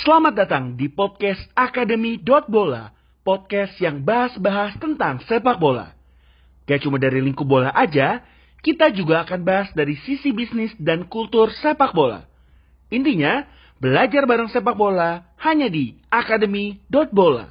Selamat datang di podcast Akademi.Bola, podcast yang bahas-bahas tentang sepak bola. Gak cuma dari lingkup bola aja, kita juga akan bahas dari sisi bisnis dan kultur sepak bola. Intinya, belajar bareng sepak bola hanya di Akademi.Bola.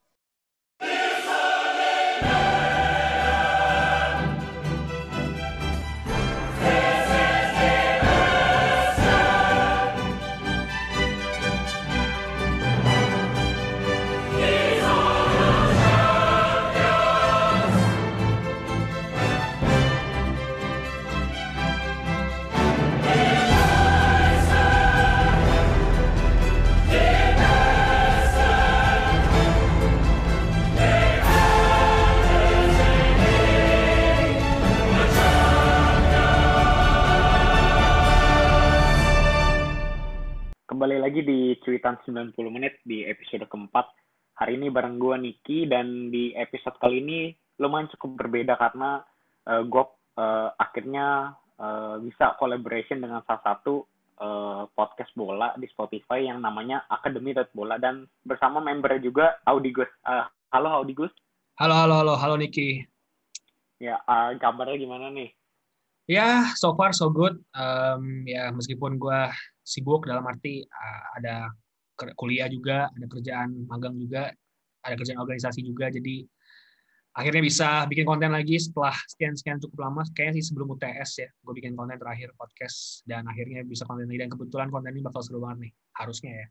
Kembali lagi di Cuitan 90 Menit di episode keempat. Hari ini bareng gue Niki, dan di episode kali ini lumayan cukup berbeda karena gue akhirnya bisa collaboration dengan salah satu podcast bola di Spotify yang namanya Akademi.Bola, dan bersama membernya juga Audigus. Halo Audigus. Halo Niki. Ya, kabarnya gimana nih? Ya, so far so good. Ya, meskipun gue sibuk dalam arti ada kuliah juga, ada kerjaan magang juga, ada kerjaan organisasi juga. Jadi akhirnya bisa bikin konten lagi setelah sekian cukup lama. Kayaknya sih sebelum UTS ya, gue bikin konten terakhir podcast, dan akhirnya bisa konten lagi. Dan kebetulan konten ini bakal seru banget nih, harusnya ya.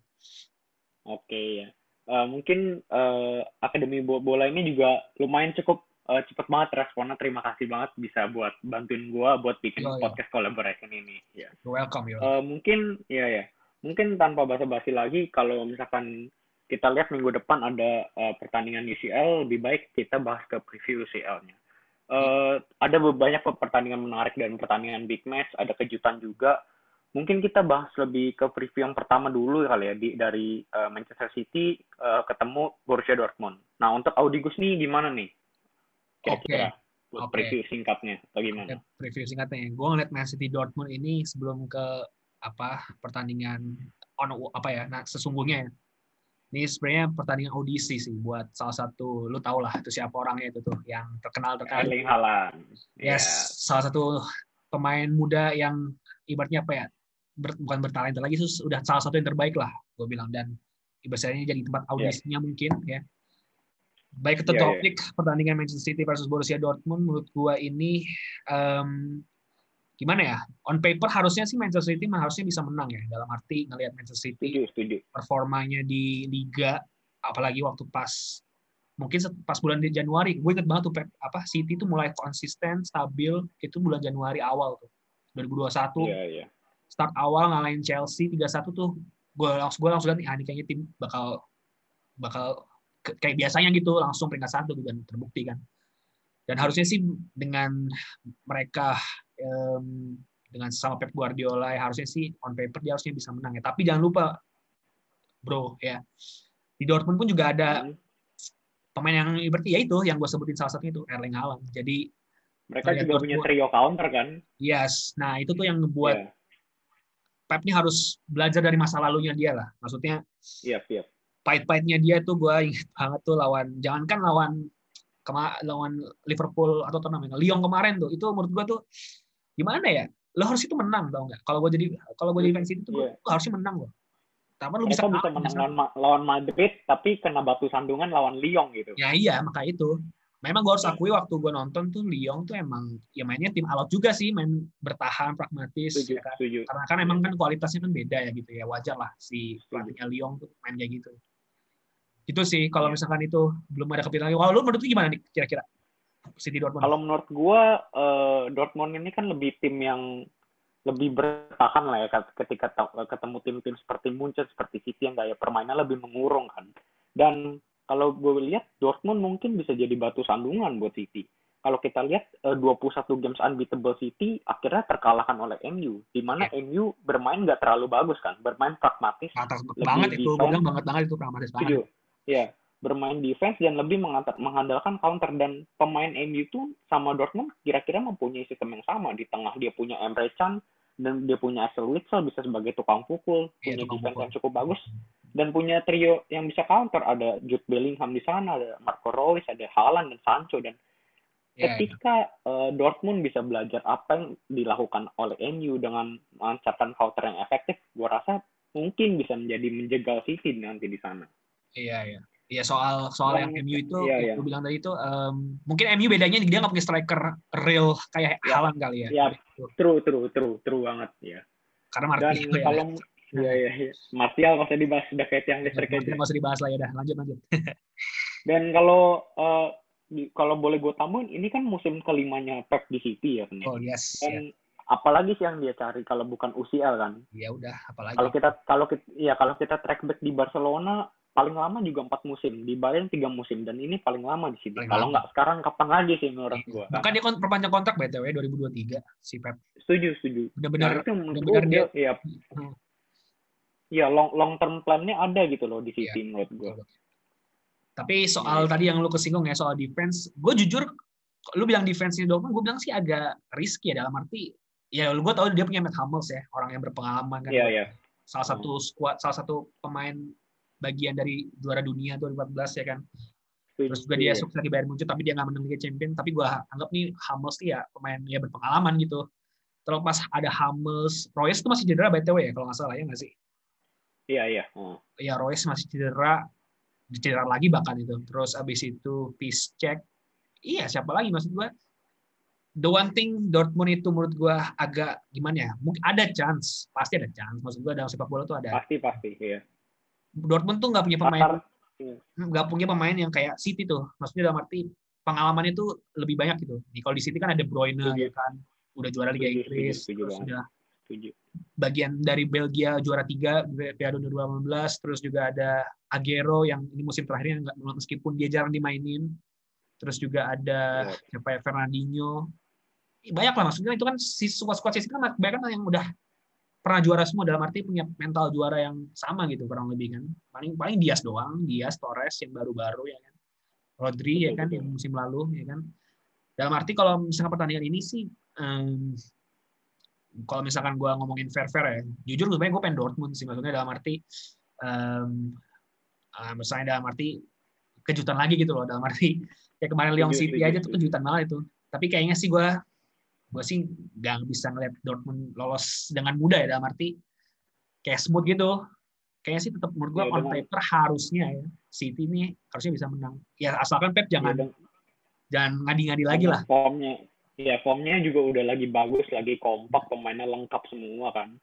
Oke ya. Mungkin Akademi Bola ini juga lumayan cukup cepet banget responnya. Terima kasih banget bisa buat bantuin gue buat bikin podcast collaboration ini. Ya. Welcome. Mungkin mungkin tanpa basa-basi lagi, kalau misalkan kita lihat minggu depan ada pertandingan UCL, lebih baik kita bahas ke preview UCL-nya. Ada banyak pertandingan menarik dan pertandingan big match, ada kejutan juga. Mungkin kita bahas lebih ke preview yang pertama dulu kali ya, dari Manchester City ketemu Borussia Dortmund. Nah, untuk Audigus nih gimana nih? Kira-kira buat preview singkatnya atau gimana? Preview singkatnya. Gue ngeliat Man City Dortmund ini sebelum ke pertandingan sesungguhnya ya. Ini sebenarnya pertandingan audisi sih buat salah satu, lu tau lah itu siapa orangnya itu tuh yang terkenal. Erling Haaland. Yes, salah satu pemain muda yang ibaratnya bukan bertalenta lagi, sudah salah satu yang terbaik lah gue bilang, dan ibaratnya jadi tempat audisinya mungkin ya. Baik ke topik pertandingan Manchester City versus Borussia Dortmund, menurut gue ini gimana ya, on paper harusnya sih Manchester City harusnya bisa menang ya, dalam arti ngelihat Manchester City performanya di Liga, apalagi waktu pas bulan Januari, gue inget banget tuh City tuh mulai konsisten, stabil, itu bulan Januari awal tuh 2021. Start awal ngalahin Chelsea 3-1 tuh, gue langsung lihat nih, ini kayaknya tim bakal kayak biasanya gitu, langsung peringkat 1 dan terbukti kan. Dan harusnya sih dengan mereka dengan sama Pep Guardiola ya, harusnya sih on paper dia harusnya bisa menang ya. Tapi jangan lupa bro ya, di Dortmund pun juga ada pemain yang berarti ya itu yang gue sebutin salah satunya itu Erling Haaland. Jadi mereka juga punya trio counter kan? Yes. Nah, itu tuh yang ngebuat Pep ini harus belajar dari masa lalunya dia lah. Maksudnya pahit-pahitnya dia tuh gue ingat banget tuh jangankan lawan Liverpool atau namanya Lyon kemarin tuh, itu menurut gue tuh gimana ya, lo harus itu menang, tau nggak? Kalau gue jadi fans itu gue harusnya menang loh. Tapi lo bisa menang lawan Madrid tapi kena batu sandungan lawan Lyon gitu. Ya iya, maka itu memang gue harus akui waktu gue nonton tuh Lyon tuh emang ya mainnya tim alot juga sih, main bertahan pragmatis. Setuju. Karena kan emang kan kualitasnya kan beda ya gitu ya, wajar lah si pelatihnya Lyon tuh main kayak gitu. Itu sih kalau misalkan itu belum ada kepikiran. Kalau lu menurut lu gimana nih kira-kira City Dortmund? Kalau menurut gue Dortmund ini kan lebih tim yang lebih bertahan lah ya, ketika ketemu tim-tim seperti Munchen, seperti City yang gaya permainan lebih mengurung kan. Dan kalau gue lihat Dortmund mungkin bisa jadi batu sandungan buat City. Kalau kita lihat 21 games unbeatable City akhirnya terkalahkan oleh MU, di mana MU bermain nggak terlalu bagus kan, bermain pragmatis. Banget itu, gue bilang banget itu pragmatis banget. Ya, bermain defense dan lebih mengandalkan counter, dan pemain MU tuh sama Dortmund kira-kira mempunyai sistem yang sama. Di tengah dia punya Emre Can dan dia punya Axel Witsel bisa sebagai tukang pukul, punya defense yang cukup bagus. dan punya trio yang bisa counter. Ada Jude Bellingham di sana, ada Marco Reus, ada Haaland dan Sancho. Dan ketika Dortmund bisa belajar apa yang dilakukan oleh MU dengan melancarkan counter yang efektif, gue rasa mungkin bisa menjadi menjegal City nanti di sana. Iya. Iya, soal yang MU itu, yang gue bilang tadi itu, mungkin MU bedanya dia nggak punya striker real kayak Haaland kali ya. Iya, true banget ya. Karena Martial dan kalau iya. Martial nggak usah dibahas, udah kayak yang listrik aja. Nggak usah dibahas lah ya, dah lanjut. Dan kalau boleh gue tambahin, ini kan musim kelimanya Pep di City ya kan. Oh yes. Dan apalagi sih yang dia cari kalau bukan UCL kan? Ya udah, apalagi. Kalau kita track back di Barcelona paling lama juga 4 musim, di Bayern 3 musim, dan ini paling lama di City. Kalau nggak sekarang kapan lagi sih menurut gue? Bukan dia perpanjang kontrak BTW 2023 si Pep. Setuju. Benar-benar dia ya long term plan-nya ada gitu loh di City menurut gue. Tapi soal tadi yang lu kesinggung ya soal defense, gue jujur, lu bilang defense-nya Dortmund, gue bilang sih agak risky ya, dalam arti ya lu gue tahu dia punya Matt Hummels ya, orang yang berpengalaman kan. Iya. Salah satu pemain bagian dari juara dunia 2014 ya kan. Terus juga dia sukses di Bayern Munchen, tapi dia nggak menang Liga Champions. Tapi gue anggap nih Hummels ya pemain ya berpengalaman gitu. Terlepas ada Hummels, Royce itu masih cedera BTW ya kalau nggak salah ya nggak sih? Iya. Ya Royce masih cedera lagi bahkan itu. Terus abis itu Piszczek. Iya, siapa lagi maksud gue? The one thing Dortmund itu menurut gue agak gimana ya? Mungkin ada chance, pasti ada chance. Maksud gue dalam sepak bola tuh ada. Pasti iya. Dortmund tuh nggak punya pemain yang kayak City tuh. Maksudnya dalam arti pengalamannya tuh lebih banyak gitu. Kalau di City kan ada Bruyne ya kan, udah juara Liga Inggris, terus sudah bagian dari Belgia juara 3 Piala Dunia 2018, terus juga ada Aguero yang ini musim terakhirnya nggak, meskipun dia jarang dimainin. Terus juga ada siapa ya, Fernandinho. Banyak lah, maksudnya itu kan si squad City kan banyak kan yang udah pernah juara semua, dalam arti punya mental juara yang sama gitu kurang lebih kan. Paling Diaz doang, Torres yang baru-baru ya kan. Rodri ya kan yang musim lalu ya kan. Dalam arti kalau misalkan pertandingan ini sih kalau misalkan gue ngomongin fair ya, jujur gue pengen Dortmund sih, maksudnya dalam arti misalnya dalam arti kejutan lagi gitu loh, dalam arti kayak kemarin Lyon City aja tuh kejutan malah itu. Tapi kayaknya sih gue sih nggak bisa ngeliat Dortmund lolos dengan mudah ya, dalam arti kayak smooth gitu. Kayaknya sih tetap menurut gue on paper harusnya ya City ini harusnya bisa menang. Ya asalkan Pep jangan ngadi-ngadi lagi lah. Formnya juga udah lagi bagus, lagi kompak, pemainnya lengkap semua kan.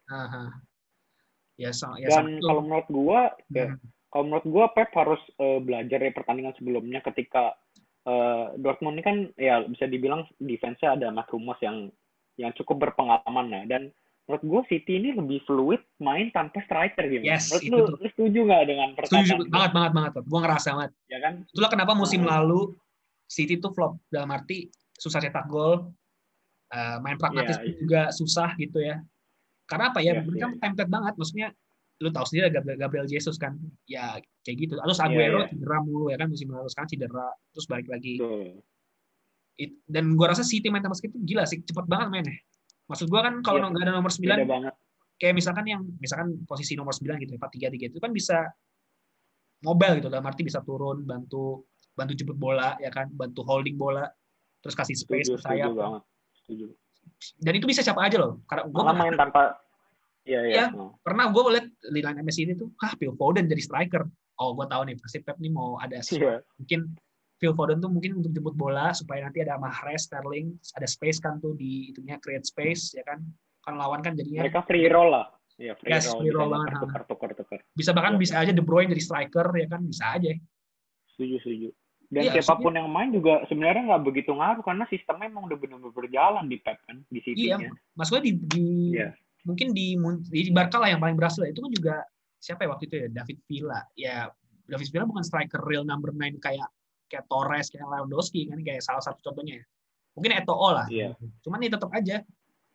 Dan kalau menurut gue Pep harus belajar dari pertandingan sebelumnya, ketika Dortmund ini kan ya bisa dibilang defense-nya ada Matt Hummels yang cukup berpengalaman ya. Dan menurut gue City ini lebih fluid main tanpa striker gitu. Yes, lu setuju nggak dengan perkataan? Setuju banget. Gue ngerasa banget. Ya kan? Itulah kenapa musim lalu City tuh flop, dalam arti susah cetak gol, main pragmatis juga susah gitu ya. Karena apa ya? Mereka tempted banget, maksudnya lu tahu sendiri Gabriel Jesus kan, ya kayak gitu. Terus Aguero cedera mulu ya kan musim lalu, sekarang cedera terus balik lagi. Dan gue rasa City main basket itu gila sih, cepet banget mainnya. Maksud gue kan kalau nggak ada nomor 9, kayak misalkan posisi nomor 9 gitu, 4-3-3 itu kan bisa mobile gitu, dalam arti bisa turun, bantu jemput bola ya kan, bantu holding bola, terus kasih space ke sayap. Setuju. Dan itu bisa siapa aja loh. Karena gue main tanpa pernah gue lihat di line MSI ini tuh, Phil Foden jadi striker. Oh, gue tahu nih pasti Pep nih mau ada sesuatu. Mungkin Phil Foden tuh mungkin untuk jemput bola supaya nanti ada Mahrez, Sterling, ada space kan tuh di itunya, create space ya kan. Kan lawan kan jadinya mereka free roll lah. Iya, free roll banget. Tukar. Bisa aja De Bruyne jadi striker ya kan, bisa aja. Setuju. Dan siapapun yang main juga sebenarnya nggak begitu ngaruh, karena sistemnya emang udah benar-benar berjalan di Pep kan, di City-nya. Iya, maksudnya mungkin di Barca lah yang paling berhasil. Itu kan juga siapa ya waktu itu ya, David Villa. Ya David Villa bukan striker real number 9 kayak Torres, kayak Lewandowski kan, kayak salah satu contohnya. Mungkin Eto'o lah. Cuman ya tetap aja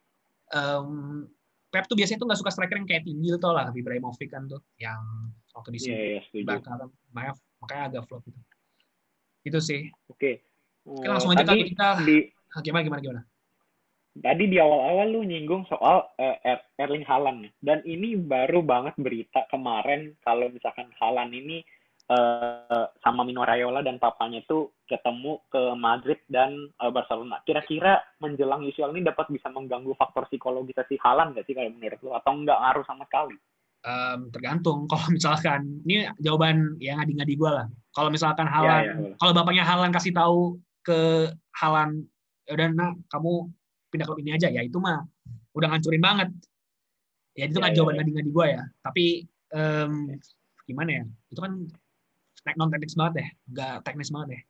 Pep tuh biasanya tuh nggak suka striker yang kayak tinggi tau lah, Ibrahimovic kan tuh yang waktu di sini Barca kan, makanya agak flop gitu. Itu sih. Oke. Langsung aja kali kita gimana? tadi di awal-awal lu nyinggung soal Erling Haaland, dan ini baru banget berita kemarin kalau misalkan Haaland ini sama Mino Raiola dan papanya tuh ketemu ke Madrid dan Barcelona. Kira-kira menjelang UCL ini dapat bisa mengganggu faktor psikologisasi Haaland nggak sih kalau menurut lu, atau nggak ngaruh sama sekali? Tergantung. Kalau misalkan ini jawaban yang ngadi-ngadi gue lah. Kalau misalkan Haaland, kalau bapaknya Haaland kasih tahu ke Haaland, udah nak kamu pindah klub ini aja, ya itu mah udah ngancurin banget. Ya itu kan jawaban ngadi-ngadi gue ya. Tapi gimana ya? Itu kan non teknis banget ya, nggak teknis banget ya.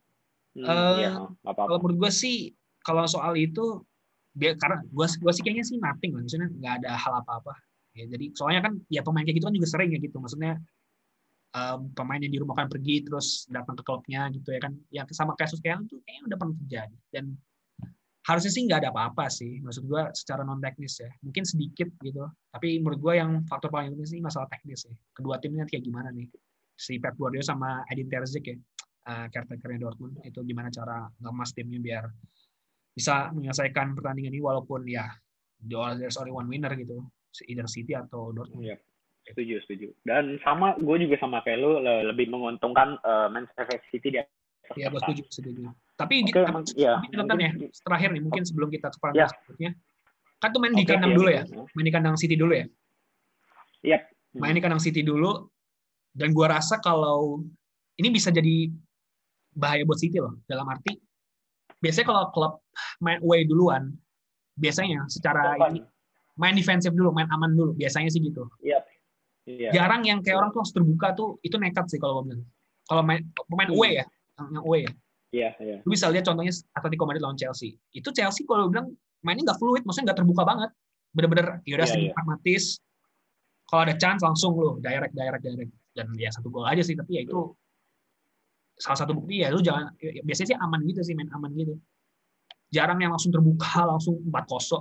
Kalau menurut gue sih, kalau soal itu, karena gue sih kayaknya sih nothing lah, maksudnya nggak ada hal apa-apa. Ya, jadi soalnya kan ya pemain kayak gitu kan juga sering ya gitu, maksudnya pemain yang dirumahkan pergi terus datang ke klubnya gitu ya kan, ya sama kasus kayak itu kayaknya udah pernah terjadi, dan harusnya sih nggak ada apa-apa sih, maksud gue secara non teknis ya, mungkin sedikit gitu, tapi menurut gue yang faktor paling penting sih masalah teknis ya, kedua timnya kayak gimana nih, si Pep Guardiola sama Edin Terzic ya, caretakernya Dortmund, itu gimana cara ngemas timnya biar bisa menyelesaikan pertandingan ini, walaupun ya there's only one winner gitu, either City atau Dortmund. Iya, setuju. Dan sama, gue juga sama kayak lu, lebih menguntungkan Manchester City di atas. Iya, gue setuju. Tapi catatan ya, terakhir nih, mungkin sebelum kita ke pertandingan selanjutnya, kan tuh main di kandang dulu ya, main di kandang City dulu ya. Iya. Main di kandang City dulu, dan gue rasa kalau ini bisa jadi bahaya buat City loh, dalam arti biasanya kalau klub main away duluan, biasanya secara ini main defensif dulu, main aman dulu, biasanya sih gitu. Iya. Jarang yang kayak orang tuh harus terbuka tuh, itu nekat sih kalau gue bilang. Kalau pemain away ya, yang away ya. Iya. Lu bisa lihat contohnya Atletico Madrid lawan Chelsea. Itu Chelsea kalau gue bilang mainnya nggak fluid, maksudnya nggak terbuka banget. Bener-bener yaudah sedikit pragmatis. Kalau ada chance langsung lu direct. Dan ya 1 gol aja sih, tapi ya itu salah satu bukti ya lu jangan, biasanya sih aman gitu sih, main aman gitu. Jarang yang langsung terbuka, langsung 4-0,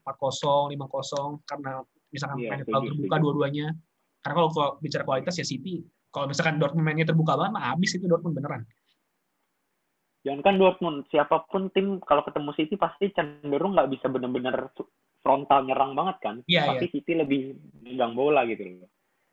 5-0, karena misalkan main terlalu terbuka dua-duanya. Karena kalau bicara kualitas ya City, kalau misalkan Dortmund mainnya terbuka banget, habis itu Dortmund beneran. Jangan kan Dortmund, siapapun tim kalau ketemu City pasti cenderung nggak bisa benar-benar frontal nyerang banget kan. Pasti City lebih megang bola gitu loh.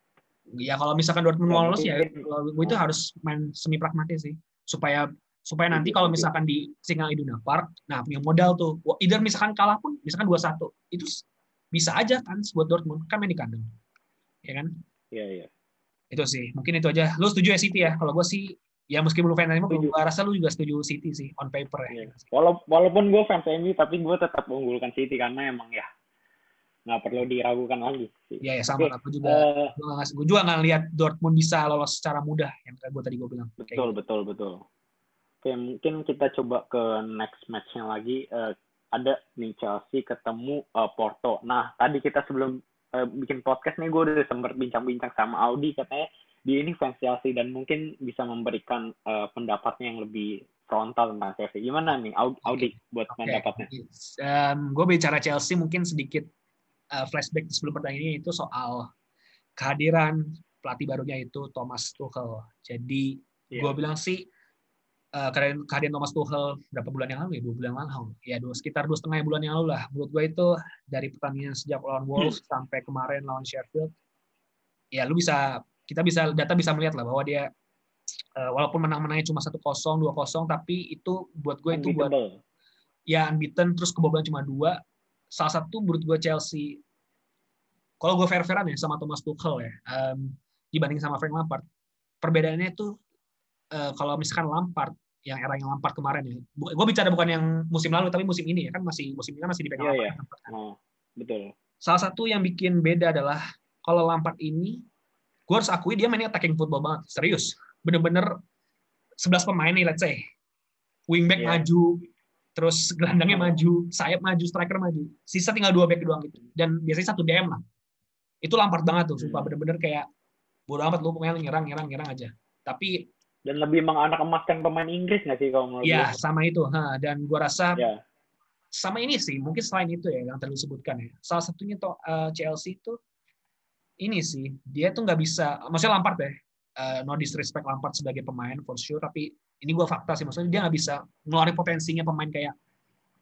Ya kalau misalkan Dortmund lolos ya, kalau itu harus main semi pragmatis sih, supaya nanti kalau misalkan di Signal Iduna Park, nah punya modal tuh, either misalkan kalah pun, misalkan 2-1, itu bisa aja kan buat Dortmund, kan main di kandang, ya kan? Iya. Itu sih, mungkin itu aja. Lu setuju ya City ya? Kalau gue sih, ya meskipun lu fans MU, gue rasa lu juga setuju City sih, on paper ya. Walaupun gue fans MU, tapi gue tetap mengunggulkan City karena emang ya nggak perlu diragukan lagi. Iya, sama. Aku juga, gue juga nggak lihat Dortmund bisa lolos secara mudah, yang tadi gue bilang. Betul. Oke, mungkin kita coba ke next match-nya lagi. Ada nih Chelsea ketemu Porto. Nah, tadi kita sebelum bikin podcast nih, gue udah sempat bincang-bincang sama Audi, katanya dia ini fans Chelsea dan mungkin bisa memberikan pendapatnya yang lebih frontal tentang Chelsea. Gimana nih Audi buat pendapatnya? Gue bicara Chelsea mungkin sedikit flashback sebelum pertandingan itu soal kehadiran pelatih barunya itu Thomas Tuchel. Jadi gue bilang sih kehadiran Thomas Tuchel berapa bulan yang lalu ya, 2 bulan lalu ya, sekitar 2,5 bulan yang lalu lah. Menurut gue itu dari pertandingan sejak lawan Wolves sampai kemarin lawan Sheffield, ya data bisa melihat lah bahwa dia walaupun menangnya cuma 1-0, 2-0, tapi itu buat gue itu buat ya unbeaten, terus kebobolan cuma 2. Salah satu menurut gue Chelsea, kalau gue fair-fairan ya sama Thomas Tuchel ya, dibanding sama Frank Lampard, perbedaannya itu kalau misalkan Lampard, yang era yang Lampard kemarin ya, gue bicara bukan yang musim lalu, tapi musim ini ya kan, musim ini kan masih dipegang Lampard. Betul. Salah satu yang bikin beda adalah kalau Lampard ini, gue harus akui dia mainnya attacking football banget, serius, bener-bener 11 pemain nih, let's say, wingback maju, terus gelandangnya maju, sayap maju, striker maju, sisa tinggal 2 back doang gitu, dan biasanya 1 DM lah. Itu Lampard banget tuh, sumpah, bener-bener kayak bodo amat lu pokoknya nyerang aja. Tapi dan lebih menganak emaskan pemain Inggris nggak sih kalau menurut gue? Ya sama itu, dan gue rasa sama ini sih, mungkin selain itu ya yang tadi disebutkan ya. Salah satunya tuh Chelsea itu ini sih, dia tuh nggak bisa, maksudnya Lampard ya, no disrespect Lampard sebagai pemain for sure, tapi ini gue fakta sih, maksudnya dia nggak bisa ngeluarin potensinya pemain kayak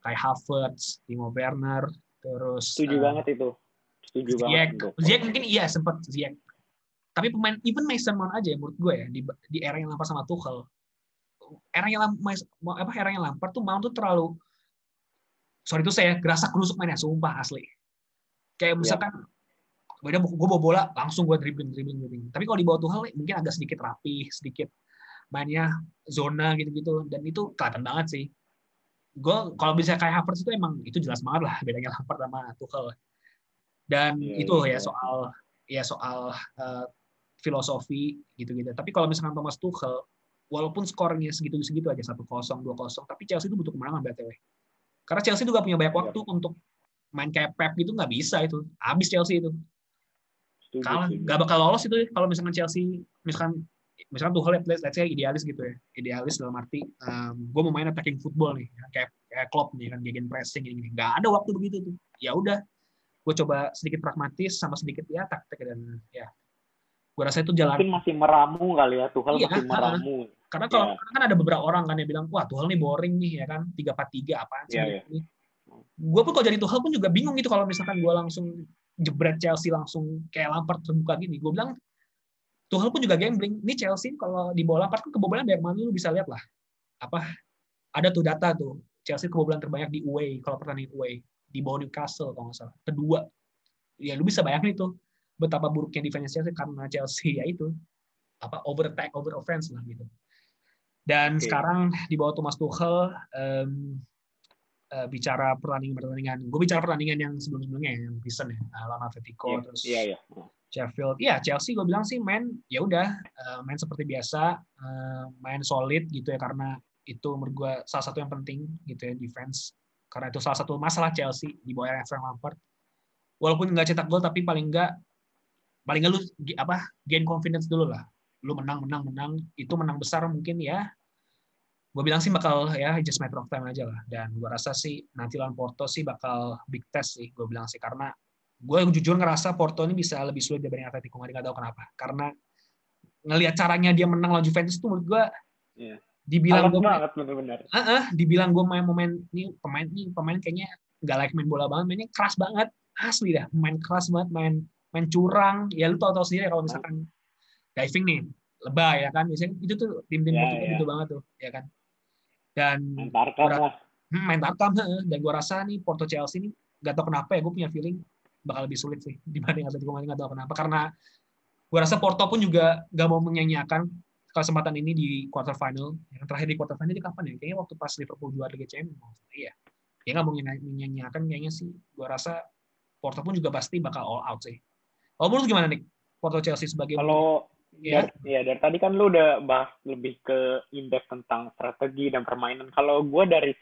Kai Havertz, Timo Werner, terus setuju banget itu. Setuju banget. Ziyech mungkin iya sempat Ziyech. Tapi pemain even Mason Mount aja menurut gue ya di era yang Lampard sama Tuchel. Eranya Lampard tuh Mount tuh terlalu sorry itu saya gerasak gerusuk mainnya sumpah asli. Kayak misalkan gue bawa bola langsung gue dribbling. Tapi kalau di bawah Tuchel mungkin agak sedikit rapi, sedikit mainnya zona gitu-gitu dan itu kelihatan banget sih. Gue kalau bisa kayak Havertz itu emang itu jelas banget lah bedanya Lampard sama Tuchel. Dan itu soal filosofi gitu-gitu. Tapi kalau misalkan Thomas Tuchel walaupun skornya segitu-segitu aja 1-0, 2-0, tapi Chelsea itu butuh kemenangan BTW. Karena Chelsea juga punya banyak waktu untuk main kayak Pep gitu nggak bisa itu. Habis Chelsea itu. Kalah, nggak bakal lolos itu kalau misalkan Chelsea, misalkan Tuchel let's say idealis gitu ya. Idealis dalam arti gue mau main attacking football nih, kayak Klopp nih kan gegen pressing gini. Nggak ada waktu begitu tuh. Ya udah, gue coba sedikit pragmatis sama sedikit ya taktik dan ya. Gue rasa itu jalan. Mungkin masih meramu kali ya, Tuchel masih meramu. Karena kalau kan ada beberapa orang kan yang bilang, wah Tuchel nih boring nih ya kan, 3-4-3 apaan sih? Gue pun kalau jadi Tuchel pun juga bingung gitu kalau misalkan gue langsung jebret Chelsea langsung kayak Lampard terbuka gini. Gue bilang Tuchel pun juga gambling. Ini Chelsea kalau di bawah Lampard kan kebobolan banyak banget, lu bisa lihat lah. Ada tuh data tuh Chelsea kebobolan terbanyak di away kalau pertandingan away di bawah Newcastle kalau nggak salah. Kedua. Ya lu bisa bayangin itu betapa buruknya defense Chelsea karena Chelsea ya itu over attack, over offense lah gitu. Dan sekarang di bawah Thomas Tuchel bicara pertandingan. Gue bicara pertandingan yang sebelum-sebelumnya yang recent ya, lawan Atletico terus Sheffield. Ya Chelsea gue bilang sih main seperti biasa, main solid gitu ya karena itu menurut gue salah satu yang penting gitu ya defense. Karena itu salah satu masalah Chelsea di bawah Frank Lampard. Walaupun nggak cetak gol tapi paling nggak lu gain confidence dulu lah. Lu menang itu menang besar mungkin ya. Gue bilang sih bakal ya just matter of time aja lah. Dan gue rasa sih nanti lawan Porto sih bakal big test sih. Gue bilang sih karena gue jujur ngerasa Porto ini bisa lebih sulit dibanding Atletico Madrid, nggak tahu kenapa. Karena ngelihat caranya dia menang lawan Juventus itu menurut gue dibilang gue dibilang gue main pemain kayaknya nggak like main bola banget, mainnya keras banget asli dah, main keras banget, main curang. Ya lu tahu sendiri kalau misalkan diving nih lebay ya kan, biasanya itu tuh tim-tim gitu banget tuh ya kan. Dan main tarkam dan gue rasa nih Porto Chelsea ini gak tau kenapa ya gue punya feeling bakal lebih sulit sih dibanding Atletico Madrid, gak tau kenapa karena gue rasa Porto pun juga gak mau menyanyiakan kesempatan ini di quarter final. Yang terakhir di quarter final ini kapan ya? Kayaknya waktu pas Liverpool juara Liga Champions. Iya. Dia gak mau menyanyiakan kayaknya sih. Gue rasa Porto pun juga pasti bakal all out sih. Kalau menurut gimana nih Porto Chelsea sebagai dari tadi kan lu udah bahas lebih ke in-depth tentang strategi dan permainan. Kalau gue dari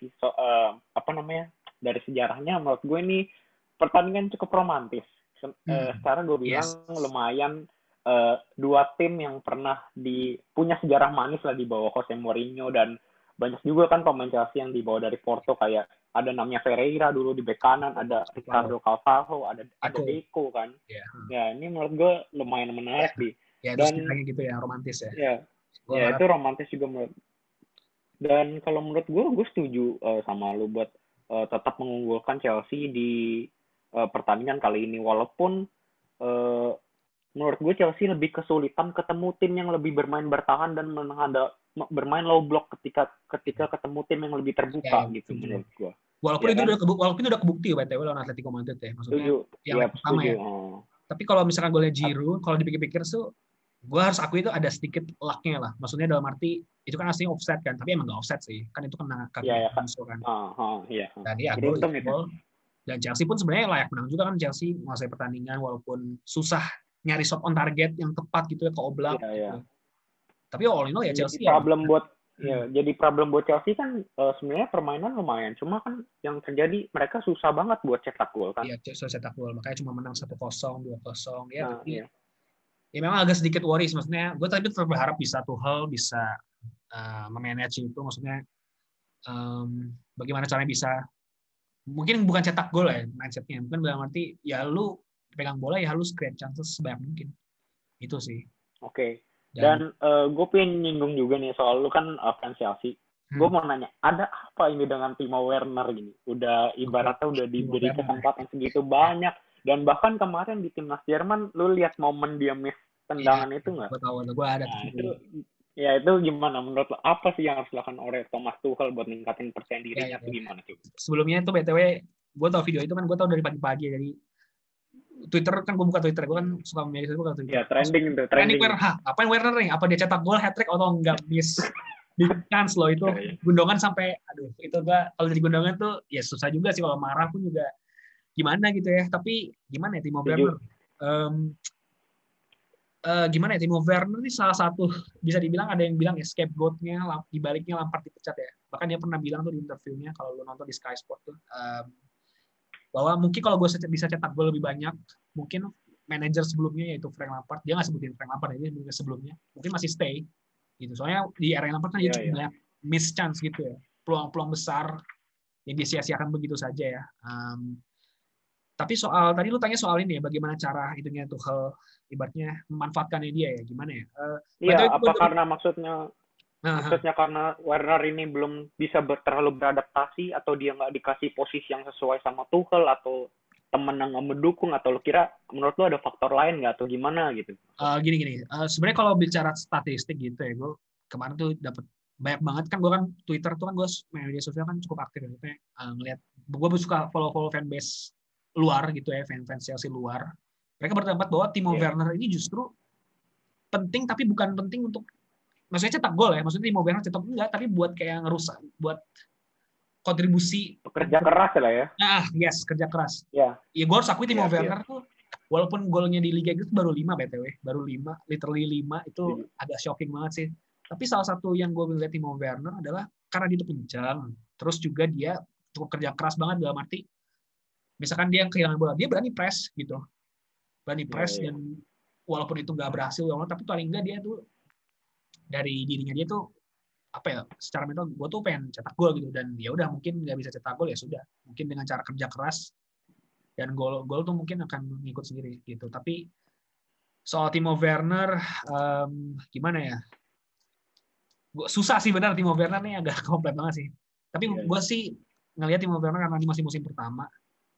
dari sejarahnya menurut gue ini pertandingan cukup romantis. Sekarang gue bilang lumayan dua tim yang pernah punya sejarah manis lah di bawah Jose Mourinho dan banyak juga kan pemain Chelsea yang dibawa dari Porto kayak ada namanya Ferreira dulu di bek kanan, ada Ricardo Carvalho, ada Deco kan. Ya ini menurut gue lumayan menarik sih. Ya, dan gitu ya romantis ya. Ya itu romantis juga menurut. Dan kalau menurut gue setuju sama lu buat tetap mengunggulkan Chelsea di pertandingan kali ini walaupun menurut gue Chelsea lebih kesulitan ketemu tim yang lebih bermain bertahan dan bermain low block ketika ketemu tim yang lebih terbuka gitu menurut gue. Walaupun itu udah kebukti BTW lawan Atletico Madrid ya maksudnya. Yang pertama ya. Tapi kalau misalkan gue lihat Giroud, kalau dipikir-pikir tuh gue harus akui itu ada sedikit luck-nya lah. Maksudnya dalam arti itu kan aslinya offset kan, tapi emang nggak offset sih. Kan itu kena kaki musuh kan. Dan ya gol. Dan Chelsea pun sebenarnya layak menang juga kan. Chelsea menguasai pertandingan walaupun susah nyari shot on target yang tepat gitu ya ke Oblak. Gitu. Tapi all in all ya Chelsea jadi problem buat Chelsea kan sebenarnya permainan lumayan. Cuma kan yang terjadi mereka susah banget buat cetak gol kan. Iya, susah cetak gol. Makanya cuma menang 1-0, 2-0 ya. Ya memang agak sedikit worries, maksudnya gue tadi berharap bisa Tuchel bisa memanage itu, maksudnya bagaimana caranya bisa mungkin bukan cetak gol ya mindsetnya, mungkin dalam arti ya lu pegang bola ya harus create chances sebanyak mungkin itu sih. Dan gue pengen nyinggung juga nih soal lu kan fans Chelsea. Gue mau nanya, ada apa ini dengan Timo Werner gini? Udah ibaratnya udah diberi kesempatan segitu banyak. Dan bahkan kemarin di timnas Jerman, lu lihat momen dia miss tendangan itu nggak? Gue tahu, gue ada. Nah, itu gimana menurut lo? Apa sih yang harus dilakukan oleh Thomas Tuchel buat ningkatin percaya dirinya? Itu gimana tuh? Sebelumnya itu BTW, gue tahu video itu kan gue tahu dari pagi-pagi. Jadi Twitter kan gue buka Twitter, gue kan suka memilih buka Twitter. Ya trending itu. Trending Werner, apa yang Werner nih? Apa dia cetak gol, hat-trick atau enggak miss? Big chance loh itu. Gundongan sampai, aduh itu gue kalau jadi gundongan tuh ya susah juga sih, kalau marah pun juga gimana gitu ya. Tapi gimana ya Timo Werner? Gimana ya, Timo Werner ini salah satu, bisa dibilang ada yang bilang ya scapegoat-nya, dibaliknya Lampard dipecat ya. Bahkan dia pernah bilang tuh di interviewnya, kalau lu nonton di Sky Sport tuh, bahwa mungkin kalau gue bisa cetak gol lebih banyak, mungkin manajer sebelumnya yaitu Frank Lampard, dia nggak sebutin Frank Lampard, dia sebelumnya mungkin masih stay gitu. Soalnya di era Lampard kan dia cukup banyak miss chance gitu ya, peluang-peluang besar yang disia-siakan begitu saja ya. Tapi tadi lu tanya soal ini ya, bagaimana cara itunya Tuchel ibaratnya memanfaatkannya dia ya, gimana ya? Iya, apa karena maksudnya karena Werner ini belum bisa terlalu beradaptasi, atau dia nggak dikasih posisi yang sesuai sama Tuchel, atau temen yang mendukung, atau lu kira menurut lu ada faktor lain nggak, atau gimana gitu? Gini. Sebenarnya kalau bicara statistik gitu ya, gue kemarin tuh dapat banyak banget kan, gue kan Twitter tuh kan gue media sosial kan cukup aktif ya, ngelihat gue suka follow fanbase luar gitu ya, fans Chelsea luar. Mereka berpendapat bahwa Timo Werner ini justru penting, tapi bukan penting untuk, maksudnya cetak gol ya, maksudnya Timo Werner cetak enggak, tapi buat kayak ngerusak, buat kontribusi. Kerja keras lah ya. Yes, kerja keras. Ya, gue harus akui Timo Werner tuh, walaupun golnya di Liga Inggris baru 5 BTW, literally 5, itu agak shocking banget sih. Tapi salah satu yang gue melihat Timo Werner adalah karena dia itu kencang, terus juga dia cukup kerja keras banget dalam arti, misalkan dia kehilangan bola, dia berani press gitu. Dan walaupun itu nggak berhasil, tapi paling nggak dia tuh dari dirinya dia tuh apa ya, secara mental gue tuh pengen cetak gol gitu, dan ya udah mungkin nggak bisa cetak gol ya sudah, mungkin dengan cara kerja keras dan gol tuh mungkin akan ngikut sendiri gitu. Tapi soal Timo Werner gimana ya, susah sih benar, Timo Werner nih agak kompleks banget sih. Tapi gue sih ngelihat Timo Werner karena ini masih musim pertama,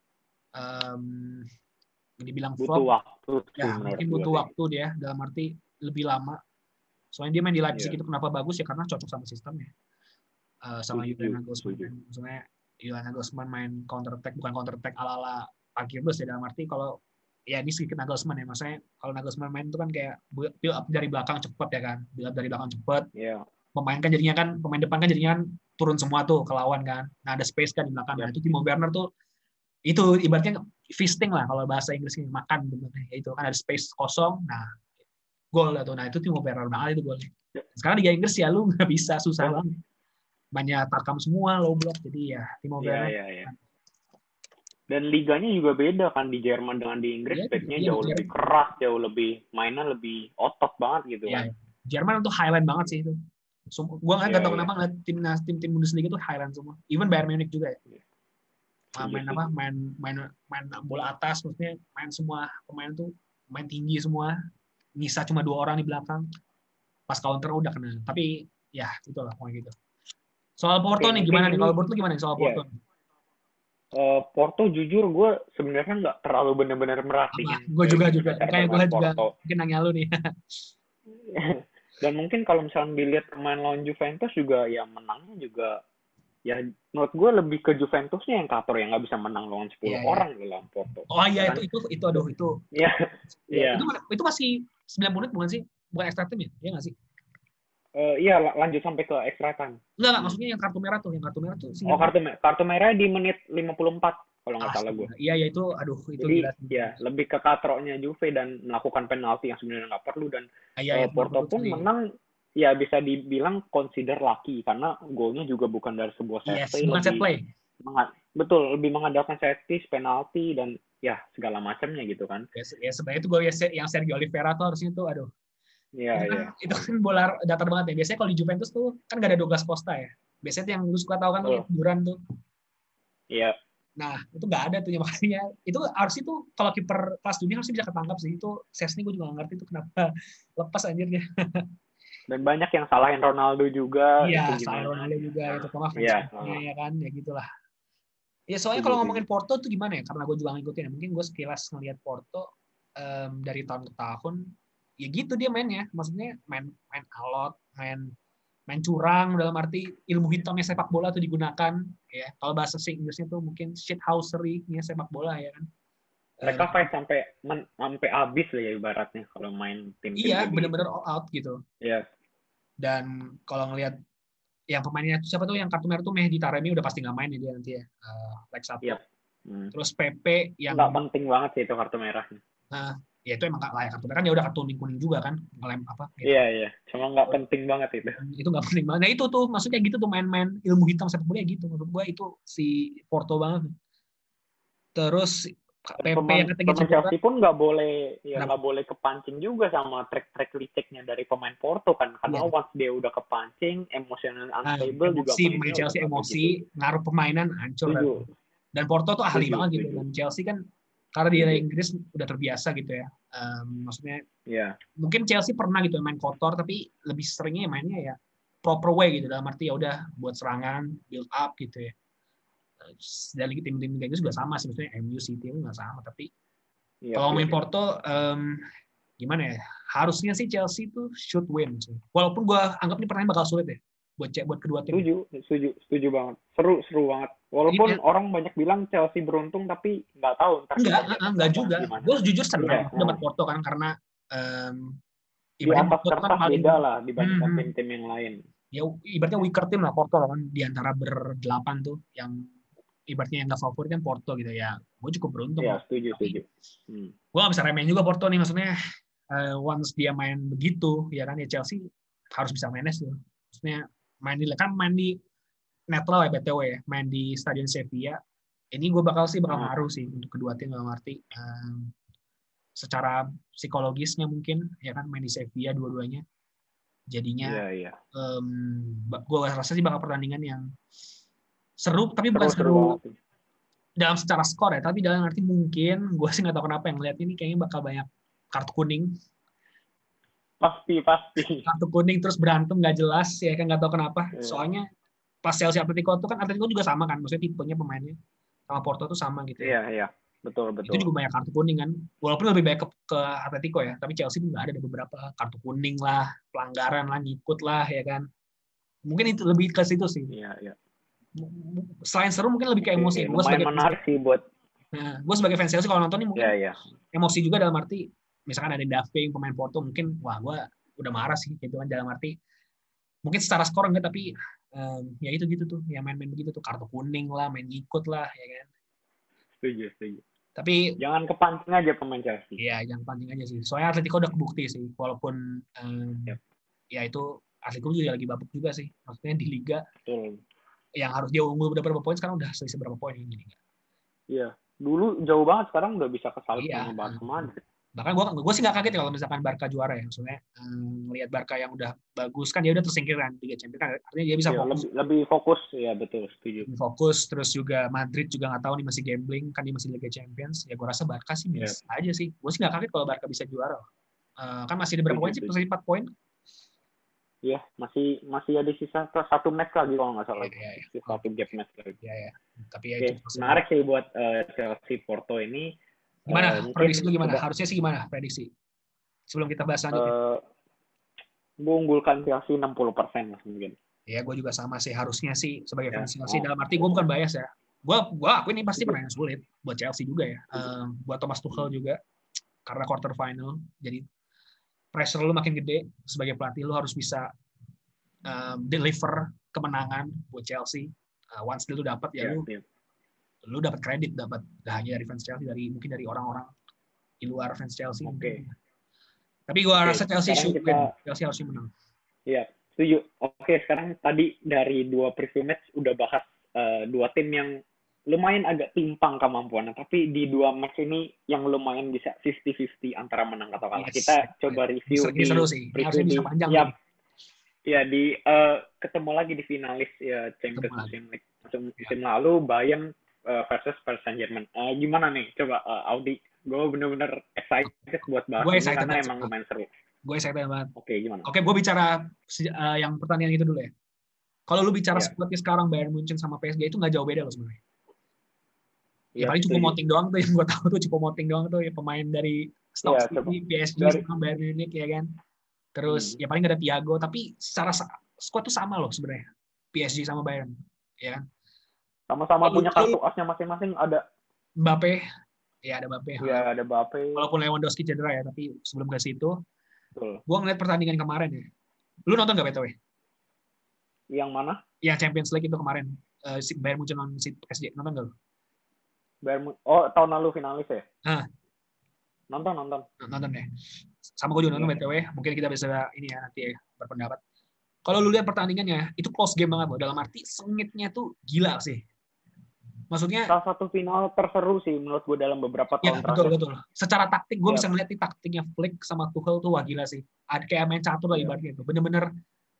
dibilang butuh waktu ya, mungkin butuh waktu dia, dalam arti lebih lama. Soalnya dia main di Leipzig itu kenapa bagus ya, karena cocok sama sistemnya, sama Julian Nagelsmann. Maksudnya Julian Nagelsmann main counter attack, bukan counter attack ala Parkir Bus ya, dalam arti kalau ya ini sedikit Nagelsmann ya, maksudnya kalau Nagelsmann main itu kan kayak build up dari belakang cepet ya kan, build up dari belakang cepet. Pemain kan jadinya kan, pemain depan kan jadinya kan turun semua tuh ke lawan kan, nah ada space kan di belakang. Nah itu Timo Werner tuh itu ibaratnya feasting lah kalau bahasa Inggrisnya, makan benernya, itu kan ada space kosong, nah gol lah tuh. Nah itu Timo Werner banget itu golnya. Sekarang di Liga Inggris ya lu nggak bisa, susah banget, banyak tarkam semua, low block, jadi ya Timo Werner. Dan liganya juga beda kan di Jerman dengan di Inggris, backnya jauh lebih keras, jauh lebih mainnya lebih otot banget gitu kan. Jerman tuh highland banget sih itu. Gue nggak tahu kenapa ngeliat tim Bundesliga tuh highland semua, even Bayern Munich juga ya. Main bola atas, maksudnya main semua pemain tuh main tinggi semua, Nisa cuma 2 orang di belakang, pas counter udah kena. Tapi ya itulah pokoknya gitu. Soal Porto nih gimana nih, kalau Porto gimana nih soal Porto? Porto jujur gue sebenarnya nggak terlalu benar-benar merhatiin. Gue juga kayak gue juga mungkin nanya lu nih. Dan mungkin kalau misalnya dilihat pemain lawan Juventus juga, ya menangnya juga ya menurut gue lebih ke Juventusnya yang kator, yang nggak bisa menang lawan 10 orang dalam Porto. Oh iya, kan? itu aduh itu. Iya. Itu masih 90 menit bukan sih? Bukan extra time ya? Iya nggak sih? Iya, lanjut sampai ke extra time. Enggak, maksudnya yang kartu merah tuh sih. Oh, kartu merah di menit 54 kalau nggak salah gue. Iya itu aduh itu. Jadi ya lebih ke katroknya Juve dan melakukan penalti yang sebenarnya nggak perlu, dan Porto pun menang. Ya bisa dibilang consider lucky, karena golnya juga bukan dari sebuah set play. Bukan set play. Betul, lebih mengandalkan set piece, penalti, dan ya segala macamnya gitu kan. Ya sebenarnya itu gol yang Sergio Oliveira tuh harusnya tuh aduh. Iya. Itu kan bola datar banget ya. Biasanya kalau di Juventus tuh kan nggak ada Douglas Costa ya. Biasanya yang lu suka tahu kan Duran tuh. Iya. Nah itu nggak ada tuh ya, makanya itu harus itu kalau kiper kelas dunia harusnya bisa ketangkap sih. Itu Szczęsny gue juga nggak ngerti itu kenapa lepas anjir dia. Dan banyak yang salahin Ronaldo juga. Iya, itu salahin gimana? Ronaldo juga, ya terutama Iya. fansnya ya kan, ya gitulah. Ya soalnya Setuju, kalau setuju. ngomongin Porto tuh gimana ya, karena gue juga ngikutin ya, mungkin gue sekilas ngelihat Porto dari tahun ke tahun, ya gitu dia mainnya, maksudnya main alot, main curang, dalam arti ilmu hitamnya sepak bola tuh digunakan, ya kalau bahasa Inggrisnya tuh mungkin shithousery-nya sepak bola ya kan. Mereka fight sampai habis lah ya ibaratnya kalau main tim-tim Iya, kayak bener-bener gitu. all out gitu. Iya. Dan kalau ngelihat yang pemainnya siapa tuh yang kartu merah tuh Mehdi Taremi udah pasti nggak main ya dia nanti ya, leg 1. Iya. Terus PP yang nggak penting banget sih itu kartu merahnya. Ya itu emang nggak layak kartu merah kan, dia udah kartu kuning juga kan, ngelem apa gitu. Iya, cuma nggak penting banget itu. Itu nggak penting banget. Nah itu tuh maksudnya gitu tuh, main-main ilmu hitam sepak bola gitu, menurut gua itu si Porto banget. Terus PP yang katanya Chelsea pun nggak boleh kepancing juga sama track liciknya dari pemain Porto kan, karena once dia udah kepancing, emosional unstable juga mainnya Chelsea emosi, ngaruh permainan hancur. Dan Porto tuh ahli banget gitu. Dan Chelsea kan karena di Inggris udah terbiasa gitu ya. Maksudnya mungkin Chelsea pernah gitu main kotor, tapi lebih seringnya mainnya ya proper way gitu, dalam arti ya udah buat serangan, build up gitu ya. Dari tim-tim Inggris juga sama sih, maksudnya MU City itu nggak sama, tapi kalau main Porto gimana ya, harusnya sih Chelsea tuh should win sih. Walaupun gue anggap ini pertandingan bakal sulit ya buat kedua tim. Setuju banget, seru banget. Walaupun orang banyak bilang Chelsea beruntung, tapi nggak tahu. Enggak juga. Gue jujur senang dapat Porto kan, karena di atas kertas beda lah dibandingkan tim-tim yang lain. Ya ibaratnya weaker team lah Porto kan, di antara berdelapan tuh yang ibaratnya yang nggak favorit kan Porto gitu ya. Gue cukup beruntung. Iya, setuju. Gue nggak bisa remehin juga Porto nih, maksudnya once dia main begitu ya kan, ya Chelsea harus bisa manage tuh. Maksudnya main di netral ya BTW ya, main di Stadion Sevilla. Ini gue bakal ngaruh sih untuk kedua tim, dalam arti secara psikologisnya mungkin ya kan, main di Sevilla dua-duanya. Jadinya gue rasa sih bakal pertandingan yang seru, tapi bukan seru dalam secara skor ya, tapi dalam arti mungkin gue sih nggak tahu kenapa yang ngeliat ini kayaknya bakal banyak kartu kuning. Pasti kartu kuning terus berantem nggak jelas ya kan, nggak tahu kenapa. Soalnya pas Chelsea Atletico itu kan, Atletico juga sama kan, maksudnya tipenya pemainnya sama Porto tuh sama gitu ya. Iya, betul. Itu juga banyak kartu kuning kan, walaupun lebih banyak ke Atletico ya, tapi Chelsea juga ada beberapa kartu kuning lah, pelanggaran lah, ngikut lah ya kan. Mungkin itu lebih ke situ sih. Iya. Selain seru mungkin lebih ke emosi. Gue sebagai menarik sih buat. Gue sebagai fans Chelsea kalau nonton ini mungkin emosi juga, dalam arti misalkan ada David pemain Porto, mungkin wah gue udah marah sih gitu kan, dalam arti mungkin secara skor enggak, tapi ya itu gitu tuh, ya main-main begitu tuh, kartu kuning lah, main ngikut lah ya kan. Setuju. Tapi jangan kepancing aja pemain Chelsea. Iya, jangan kepancing aja sih. Soalnya Atletico udah kebukti sih, walaupun ya itu Atletico juga lagi babuk juga sih. Maksudnya di liga yang harus dia unggul beberapa poin, sekarang udah selisih berapa poin ini. Iya, dulu jauh banget, sekarang udah bisa kesalip sama Barca Madrid. Bahkan gue sih nggak kaget kalau misalkan Barca juara ya. Maksudnya ngelihat Barca yang udah bagus kan, dia udah tersingkir kan Liga Champions kan, artinya dia bisa fokus. Lebih fokus, ya betul, setuju. Fokus, terus juga Madrid juga nggak tahu nih, masih gambling kan, dia masih Liga Champions. Ya gue rasa Barca sih biasa aja sih. Gue sih nggak kaget kalau Barca bisa juara. Kan masih ada berapa poin sih? Masih 4 poin. Iya, masih ada sisa 1 match lagi kalau nggak salah. Satu gap match lagi. Iya. Tapi ya itu menarik sih buat Chelsea Porto ini. Gimana? Prediksi lu gimana? Harusnya sih gimana prediksi? Sebelum kita bahas selanjutnya. Gue unggulkan Chelsea 60% lah mungkin. Ya, gue juga sama sih. Harusnya sih sebagai fans Chelsea. Dalam arti gue bukan bias ya. Gue akuin ini pasti pertandingan sulit buat Chelsea juga ya. Buat Thomas Tuchel juga. Karena quarter final. Jadi pressure lu makin gede. Sebagai pelatih lu harus bisa deliver kemenangan buat Chelsea. Once lu dapat ya lu dapat kredit, dapat gak hanya dari fans Chelsea, mungkin dari orang-orang di luar fans Chelsea. Tapi gue rasa Chelsea Chelsea harus menang. Iya, setuju. Sekarang tadi dari 2 preview match udah bahas 2 tim yang lumayan agak timpang kemampuannya, tapi di 2 match ini yang lumayan bisa 50-50 antara menang atau kalah. Kita coba review di seru sih. Harusnya bisa panjang. Ya di ketemu lagi di finalis ya Champions League musim lalu, Bayern versus Paris Saint-Germain. Gimana nih? Coba Audi. Gue bener-bener excited buat bahas ini karena emang lumayan seru. Gue excited banget. Oke, gimana? Oke, gue bicara yang pertandingan itu dulu ya. Kalau lu bicara squadnya sekarang Bayern Munchen sama PSG itu nggak jauh beda loh sebenarnya. Ya paling Choupo-Moting doang tuh yang gue tahu tuh Choupo-Moting doang tuh ya, pemain dari Stoke City, PSG sama Bayern Munich ya kan. Terus ya paling nggak ada Thiago, tapi secara squad tuh sama loh sebenarnya. PSG sama Bayern, ya kan. Sama-sama punya kartu asnya masing-masing, ada Mbappe, ya ada Mbappe. Iya, ada Mbappe. Walaupun Lewandowski cedera ya, tapi sebelum ke situ, gue ngeliat pertandingan kemarin ya. Lu nonton nggak BTW? Yang mana? Yang Champions League itu kemarin, si Bayern Munchen lawan si PSG, nonton nggak lu? Tahun lalu finalis ya? Nonton ya. Sama gue juga nonton BTW. Mungkin kita bisa ini ya nanti ya, berpendapat. Kalau lu lihat pertandingannya, itu close game banget loh. Dalam arti sengitnya tuh gila sih. Maksudnya salah satu final terseru sih menurut gue dalam beberapa tahun terakhir. Betul. Secara taktik gue bisa melihat taktiknya Flick sama Tuchel tuh wah gila sih. Ada kayak main catur lah ibaratnya itu. Bener-bener.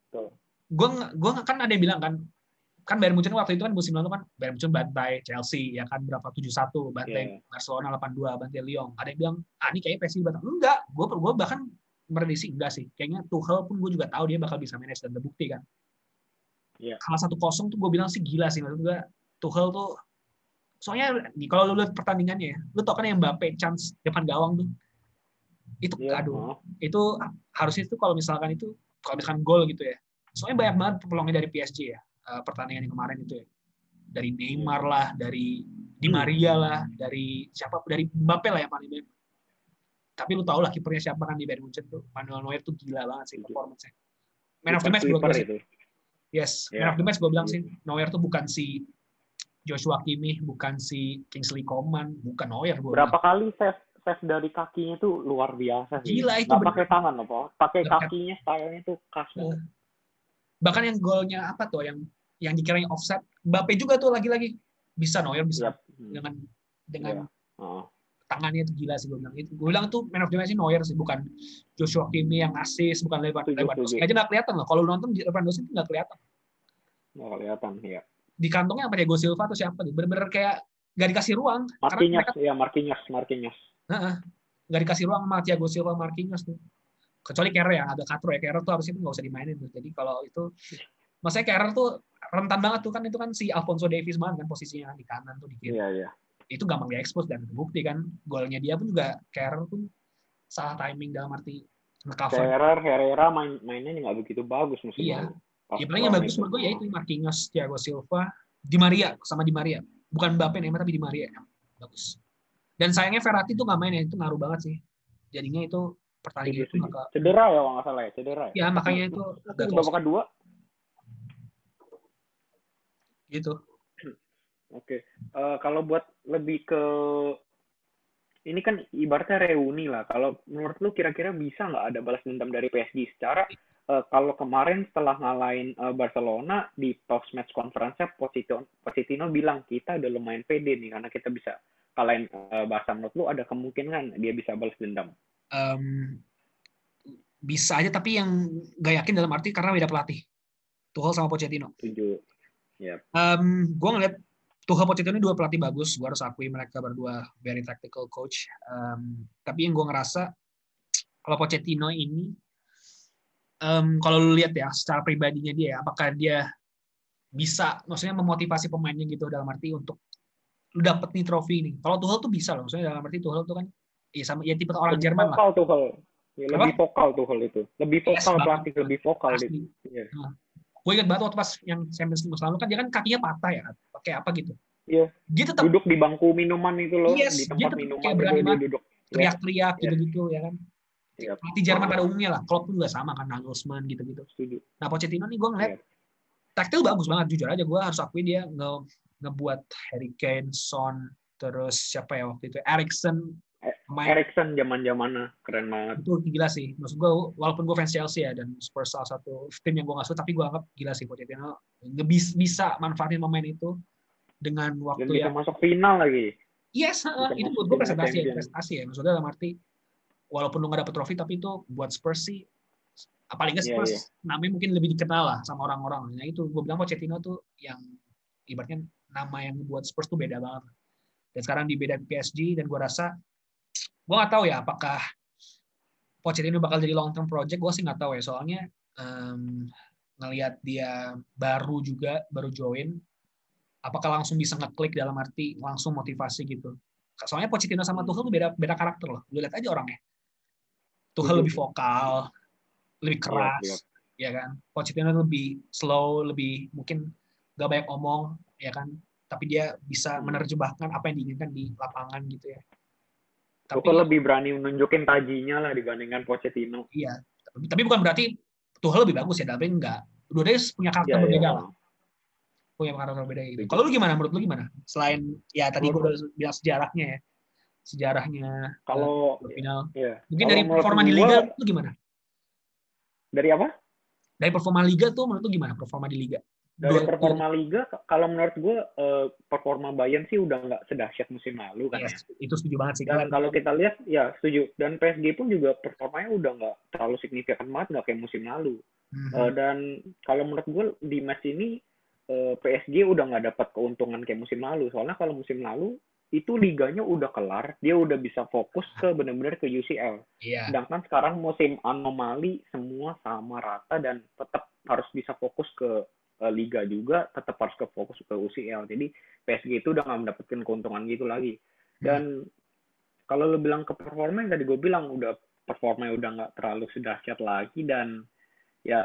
Gue kan ada yang bilang kan Bayern Munchen waktu itu kan musim lalu kan Bayern Munchen bantai Chelsea ya kan berapa 7-1, bantai Barcelona 8-2, bantai Lyon. Ada yang bilang ini kayaknya PSG bantai. Enggak, gue bahkan prediksi enggak sih. Kayaknya Tuchel pun gue juga tahu dia bakal bisa manage dan terbukti kan. Kalah 1-0 tuh gue bilang sih gila sih. Maksud gue Tuchel tuh soalnya kalau lu lihat pertandingannya, lu tau kan yang Mbappe chance depan gawang tuh, itu itu harusnya itu kalau misalkan gol gitu ya. Soalnya banyak banget peluangnya dari PSG ya, pertandingan yang kemarin itu ya. Dari Neymar lah, dari Di Maria lah, dari Mbappe lah yang paling banyak. Tapi lu tau lah kipernya siapa kan di Bayern Munchen tuh, Manuel Neuer tuh gila banget sih performance-nya. Man of the match gue bilang sih. Yes, man of the match gue bilang sih, Neuer tuh bukan si Joshua Kimmich, bukan si Kingsley Coman, bukan Neuer. Berapa kali save dari kakinya tuh luar biasa sih. Gila itu. Nggak pakai tangan loh, Pak. Pakai kakinya, stylenya tuh khas. Bahkan yang golnya apa tuh, yang dikiranya offside, Mbappe juga tuh lagi-lagi bisa Neuer bisa dengan tangannya itu gila sih gue bilang. Gue bilang tuh man of the match Neuer sih, bukan Joshua Kimmich yang assist, bukan Lewandowski. Aja nggak kelihatan loh. Kalau nonton Lewandowski itu nggak kelihatan. Nggak kelihatan, ya. Di kantongnya apa Thiago Silva atau siapa gitu, bener-bener kayak gak dikasih ruang. Marquinhos. Gak dikasih ruang sama Thiago Silva, Marquinhos tuh. Kecuali Kehrer ya, agak katro ya. Kehrer tuh harusnya nggak usah dimainin tuh. Jadi kalau itu, maksudnya Kehrer tuh rentan banget tuh kan, itu kan si Alphonso Davies banget kan posisinya di kanan tuh di kiri. Iya. Itu gampang diekspos dan terbukti kan. Golnya dia pun juga Kehrer pun salah timing dalam arti nge-cover. Herrera mainnya nggak begitu bagus musim lalu. Ya paling yang bagus menurut gue ya itu Marquinhos, Thiago Silva, Di Maria. Bukan Mbappe Neymar tapi Di Maria yang bagus. Dan sayangnya Verratti tuh nggak main ya, itu ngaruh banget sih. Jadinya itu pertandingan itu cedera ya kalau nggak salah ya, cedera. Ya makanya itu babak kedua. Gitu. Oke. Kalau buat lebih ke ini kan ibaratnya reuni lah. Kalau menurut lu kira-kira bisa nggak ada balas dendam dari PSG secara kalau kemarin setelah ngalahin Barcelona di post match conference-nya Pochettino bilang kita udah lumayan pede nih karena kita bisa kalahin Barca. Menurut lu ada kemungkinan dia bisa balas dendam? Bisa aja tapi yang gak yakin dalam arti karena beda pelatih Tuchel sama Pochettino. Setuju. Gue ngeliat Tuchel Pochettino ini dua pelatih bagus, gue harus akui mereka berdua very tactical coach. Tapi yang gue ngerasa kalau Pochettino ini kalau lu lihat ya secara pribadinya dia, apakah dia bisa, maksudnya memotivasi pemainnya gitu dalam arti untuk lu dapet nih trofi ini. Kalau Tuchel tuh bisa loh, maksudnya dalam arti Tuchel tuh kan ya sama ya tipe orang Jerman lah. Tuchel. Ya, lebih vokal Tuchel itu. Lebih vokal pelatih, lebih vokal gitu. Gue ingat banget waktu pas yang Champions League lalu kan dia kan kakinya patah ya, pakai apa gitu. Iya. Dia tetap duduk di bangku minuman itu loh, di tempat minuman dia duduk. Teriak-teriak gitu-gitu ya kan. Pelatih Jerman pada umumnya lah, Klopp juga sama kan, Nagelsmann gitu-gitu. Nah Pochettino nih gue ngeliat taktil bagus banget, jujur aja gue harus akui dia ngebuat Harry Kane, Son, terus siapa ya waktu itu Eriksen zaman-zamannya keren banget. Itu gila sih, maksud gue walaupun gue fans Chelsea ya dan Spurs salah satu tim yang gue nggak suka, tapi gue anggap gila sih Pochettino bisa manfaatin pemain itu dengan waktu dan bisa masuk final lagi. Yes, itu buat gue prestasi ya, maksudnya dalam arti walaupun lu nggak dapet trofi tapi itu buat Spurs sih, apalagi Spurs namanya mungkin lebih dikenal lah sama orang-orang. Nah itu gue bilang Pochettino tuh yang ibaratnya nama yang buat Spurs tuh beda banget. Dan sekarang di beda PSG dan gue rasa gue nggak tahu ya apakah Pochettino bakal jadi long term project, gue sih nggak tahu ya. Soalnya ngelihat dia baru join, apakah langsung bisa ngeklik dalam arti langsung motivasi gitu. Soalnya Pochettino sama Tuchel tuh beda karakter loh. Lu lihat aja orangnya. Tuchel lebih vokal, lebih keras, ya kan. Pochettino lebih slow, lebih mungkin gak banyak omong, ya kan. Tapi dia bisa menerjemahkan apa yang diinginkan di lapangan gitu ya. Tuchel lebih berani menunjukin tajinya lah dibandingkan Pochettino. Iya, tapi bukan berarti Tuchel lebih bagus ya, tapi enggak. Dua-duanya punya karakter berbeda lah. Punya karakter berbeda gitu. Kalau lu gimana? Menurut lu gimana? Selain ya tadi gue udah bilang sejarahnya ya. Sejarahnya kalau final. Iya. Mungkin dari performa di liga itu gimana? Dari apa? Dari performa liga tuh menurut lu gimana performa di liga? Dari performa liga, kalau menurut gue performa Bayern sih udah nggak sedahsyat musim lalu kan ya. Itu setuju banget sih. Dan kalau kita lihat, ya setuju. Dan PSG pun juga performanya udah nggak terlalu signifikan banget, nggak kayak musim lalu. Dan kalau menurut gue di match ini PSG udah nggak dapat keuntungan kayak musim lalu. Soalnya kalau musim lalu itu liganya udah kelar, dia udah bisa fokus ke benar-benar ke UCL. Sedangkan sekarang musim anomali, semua sama rata dan tetap harus bisa fokus ke liga juga, tetap harus ke fokus ke UCL. Jadi PSG itu udah nggak mendapatkan keuntungan gitu lagi. Dan kalau lo bilang ke performa, yang tadi gue bilang udah performanya udah nggak terlalu sedahsyat lagi. Dan ya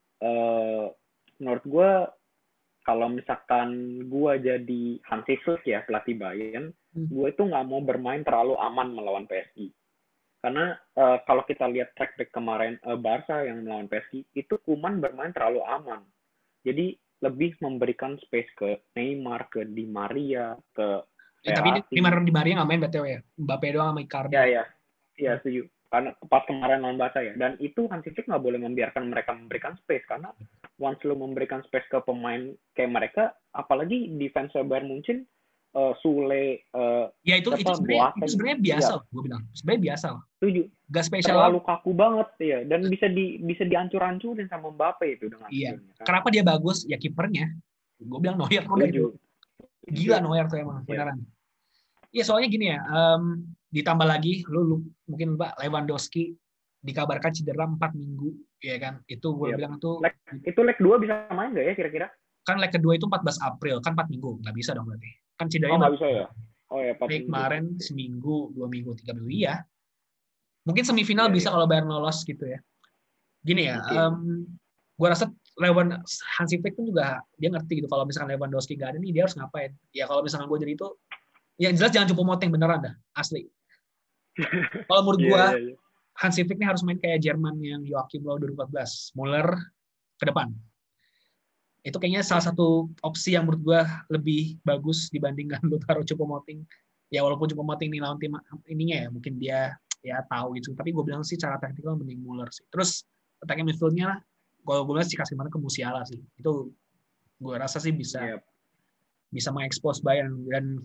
menurut gue kalau misalkan gue jadi Hansi Flick ya, pelatih Bayern, gue itu nggak mau bermain terlalu aman melawan PSG. Karena kalau kita lihat track back kemarin Barca yang melawan PSG, itu Koeman bermain terlalu aman. Jadi lebih memberikan space ke Neymar, ke Di Maria, ke tapi Neymar Di Maria nggak main BTW ya? Mbappe doang sama Icardi. Iya, setuju. Karena pas kemarin lawan Barca ya. Dan itu Hansi Flick nggak boleh membiarkan mereka memberikan space. Karena once lo memberikan space ke pemain kayak mereka, apalagi defense Bayern Munchen, Sule, ya itu sebenarnya biasa, ya. Gue bilang sebenarnya biasa. Setuju. Gak spesial. Terlalu kaku banget ya, dan bisa dihancur-hancurin sama Mbappe itu dengan. Iya. Kenapa dia bagus? Ya kipernya. Gue bilang Neuer udah gila Neuer tuh emang beneran. Iya soalnya gini ya. Ditambah lagi, lu mungkin Mbak Lewandowski dikabarkan cedera 4 minggu, ya kan? Itu gue bilang tuh. Itu leg 2 bisa main nggak ya kira-kira? Kan leg kedua itu 14 April, kan 4 minggu, nggak bisa dong berarti. Kan cederanya nggak bisa ya? Oh ya, 4 kemarin seminggu, 2 minggu, 3 minggu, iya. Mungkin semifinal bisa kalau Bayern lolos gitu ya. Gini ya, gue rasa Hansi Flick pun juga dia ngerti gitu kalau misalkan Lewandowski nggak ada nih dia harus ngapain. Ya kalau misalkan gue jadi itu, yang jelas jangan Choupo-Moting beneran dah, asli. Kalau menurut gue, Hansi Flick ini harus main kayak Jerman yang Joachim Löw 2014, Muller ke depan. Itu kayaknya salah satu opsi yang menurut gue lebih bagus dibandingkan lu taruh Choupo-Moting. Ya walaupun Choupo-Moting ini lawan tim ininya ya, mungkin dia ya tahu gitu. Tapi gue bilang sih cara taktikal mending Muller sih. Terus attacking midfield-nya lah, kalau gue bilang sih kasih mana ke Musiala sih. Itu gue rasa sih bisa mengekspos Bayern. Dan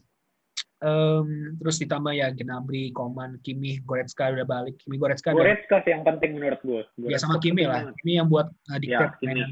terus ditambah ya Gnabry, Coman, Kimmich, Goretzka udah balik. Goretzka sih yang penting menurut gue. Ya sama Kimmich lah. Kimmich yang buat diktat mainan.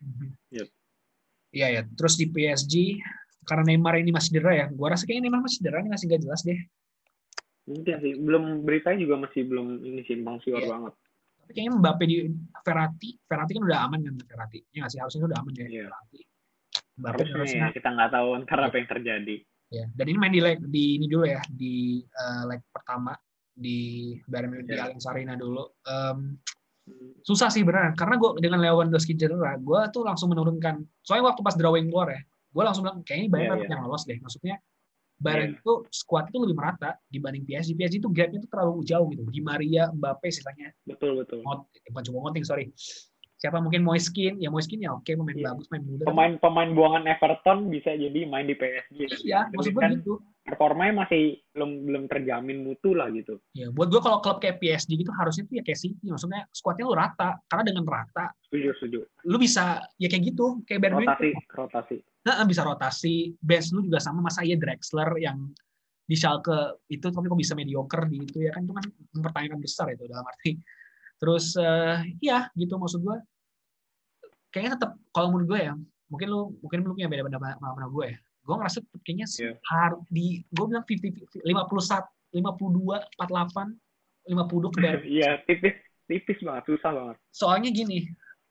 Iya ya. Terus di PSG karena Neymar ini masih cedera ya. Gua rasa kayaknya Neymar masih cedera, ini masih nggak jelas deh. Mungkin sih. Belum beritanya juga masih belum ini simpang siur banget. Tapi kayaknya Mbappe di Verratti kan udah aman kan Verratti. Ya nggak sih harusnya udah aman ya. Verratti. Mbappe harusnya kita nggak tahu ntar apa yang terjadi. Ya. Dan ini main di ini dulu ya di leg pertama di Bayern di Allianz Arena dulu. Susah sih beneran karena gue dengan Lewandowski cedera gue tuh langsung menurunkan, soalnya waktu pas drawing keluar ya gue langsung bilang kayaknya Bayern yang lolos deh, maksudnya Bayern itu squad itu lebih merata dibanding PSG itu gapnya tuh terlalu jauh gitu. Di Maria, Mbappe sisanya betul bukan cuma Moting, sorry, siapa mungkin Moiskin ya oke, pemain bagus, main muda, pemain buangan Everton bisa jadi main di PSG. Iya maksud gue gitu, performanya masih belum terjamin mutu lah gitu. Ya, buat gue kalau klub kayak PSG gitu harusnya tuh ya kayak City, maksudnya skuadnya lu rata, karena dengan rata, setuju. Lu bisa ya kayak gitu, kayak Bayern rotasi. Nah, bisa rotasi, bench lu juga sama masa ya Drexler yang di Schalke itu tapi kok bisa mediocre di itu ya kan, itu kan mempertanyakan besar itu dalam arti. Terus ya gitu maksud gue. Kayaknya tetap kalau menurut gue ya, mungkin lu punya beda pendapat sama gue ya. Gue ngerasa kayaknya harus gue bilang 51, 52, 48 50 ke Bayern. Iya, tipis banget, susah banget. Soalnya gini,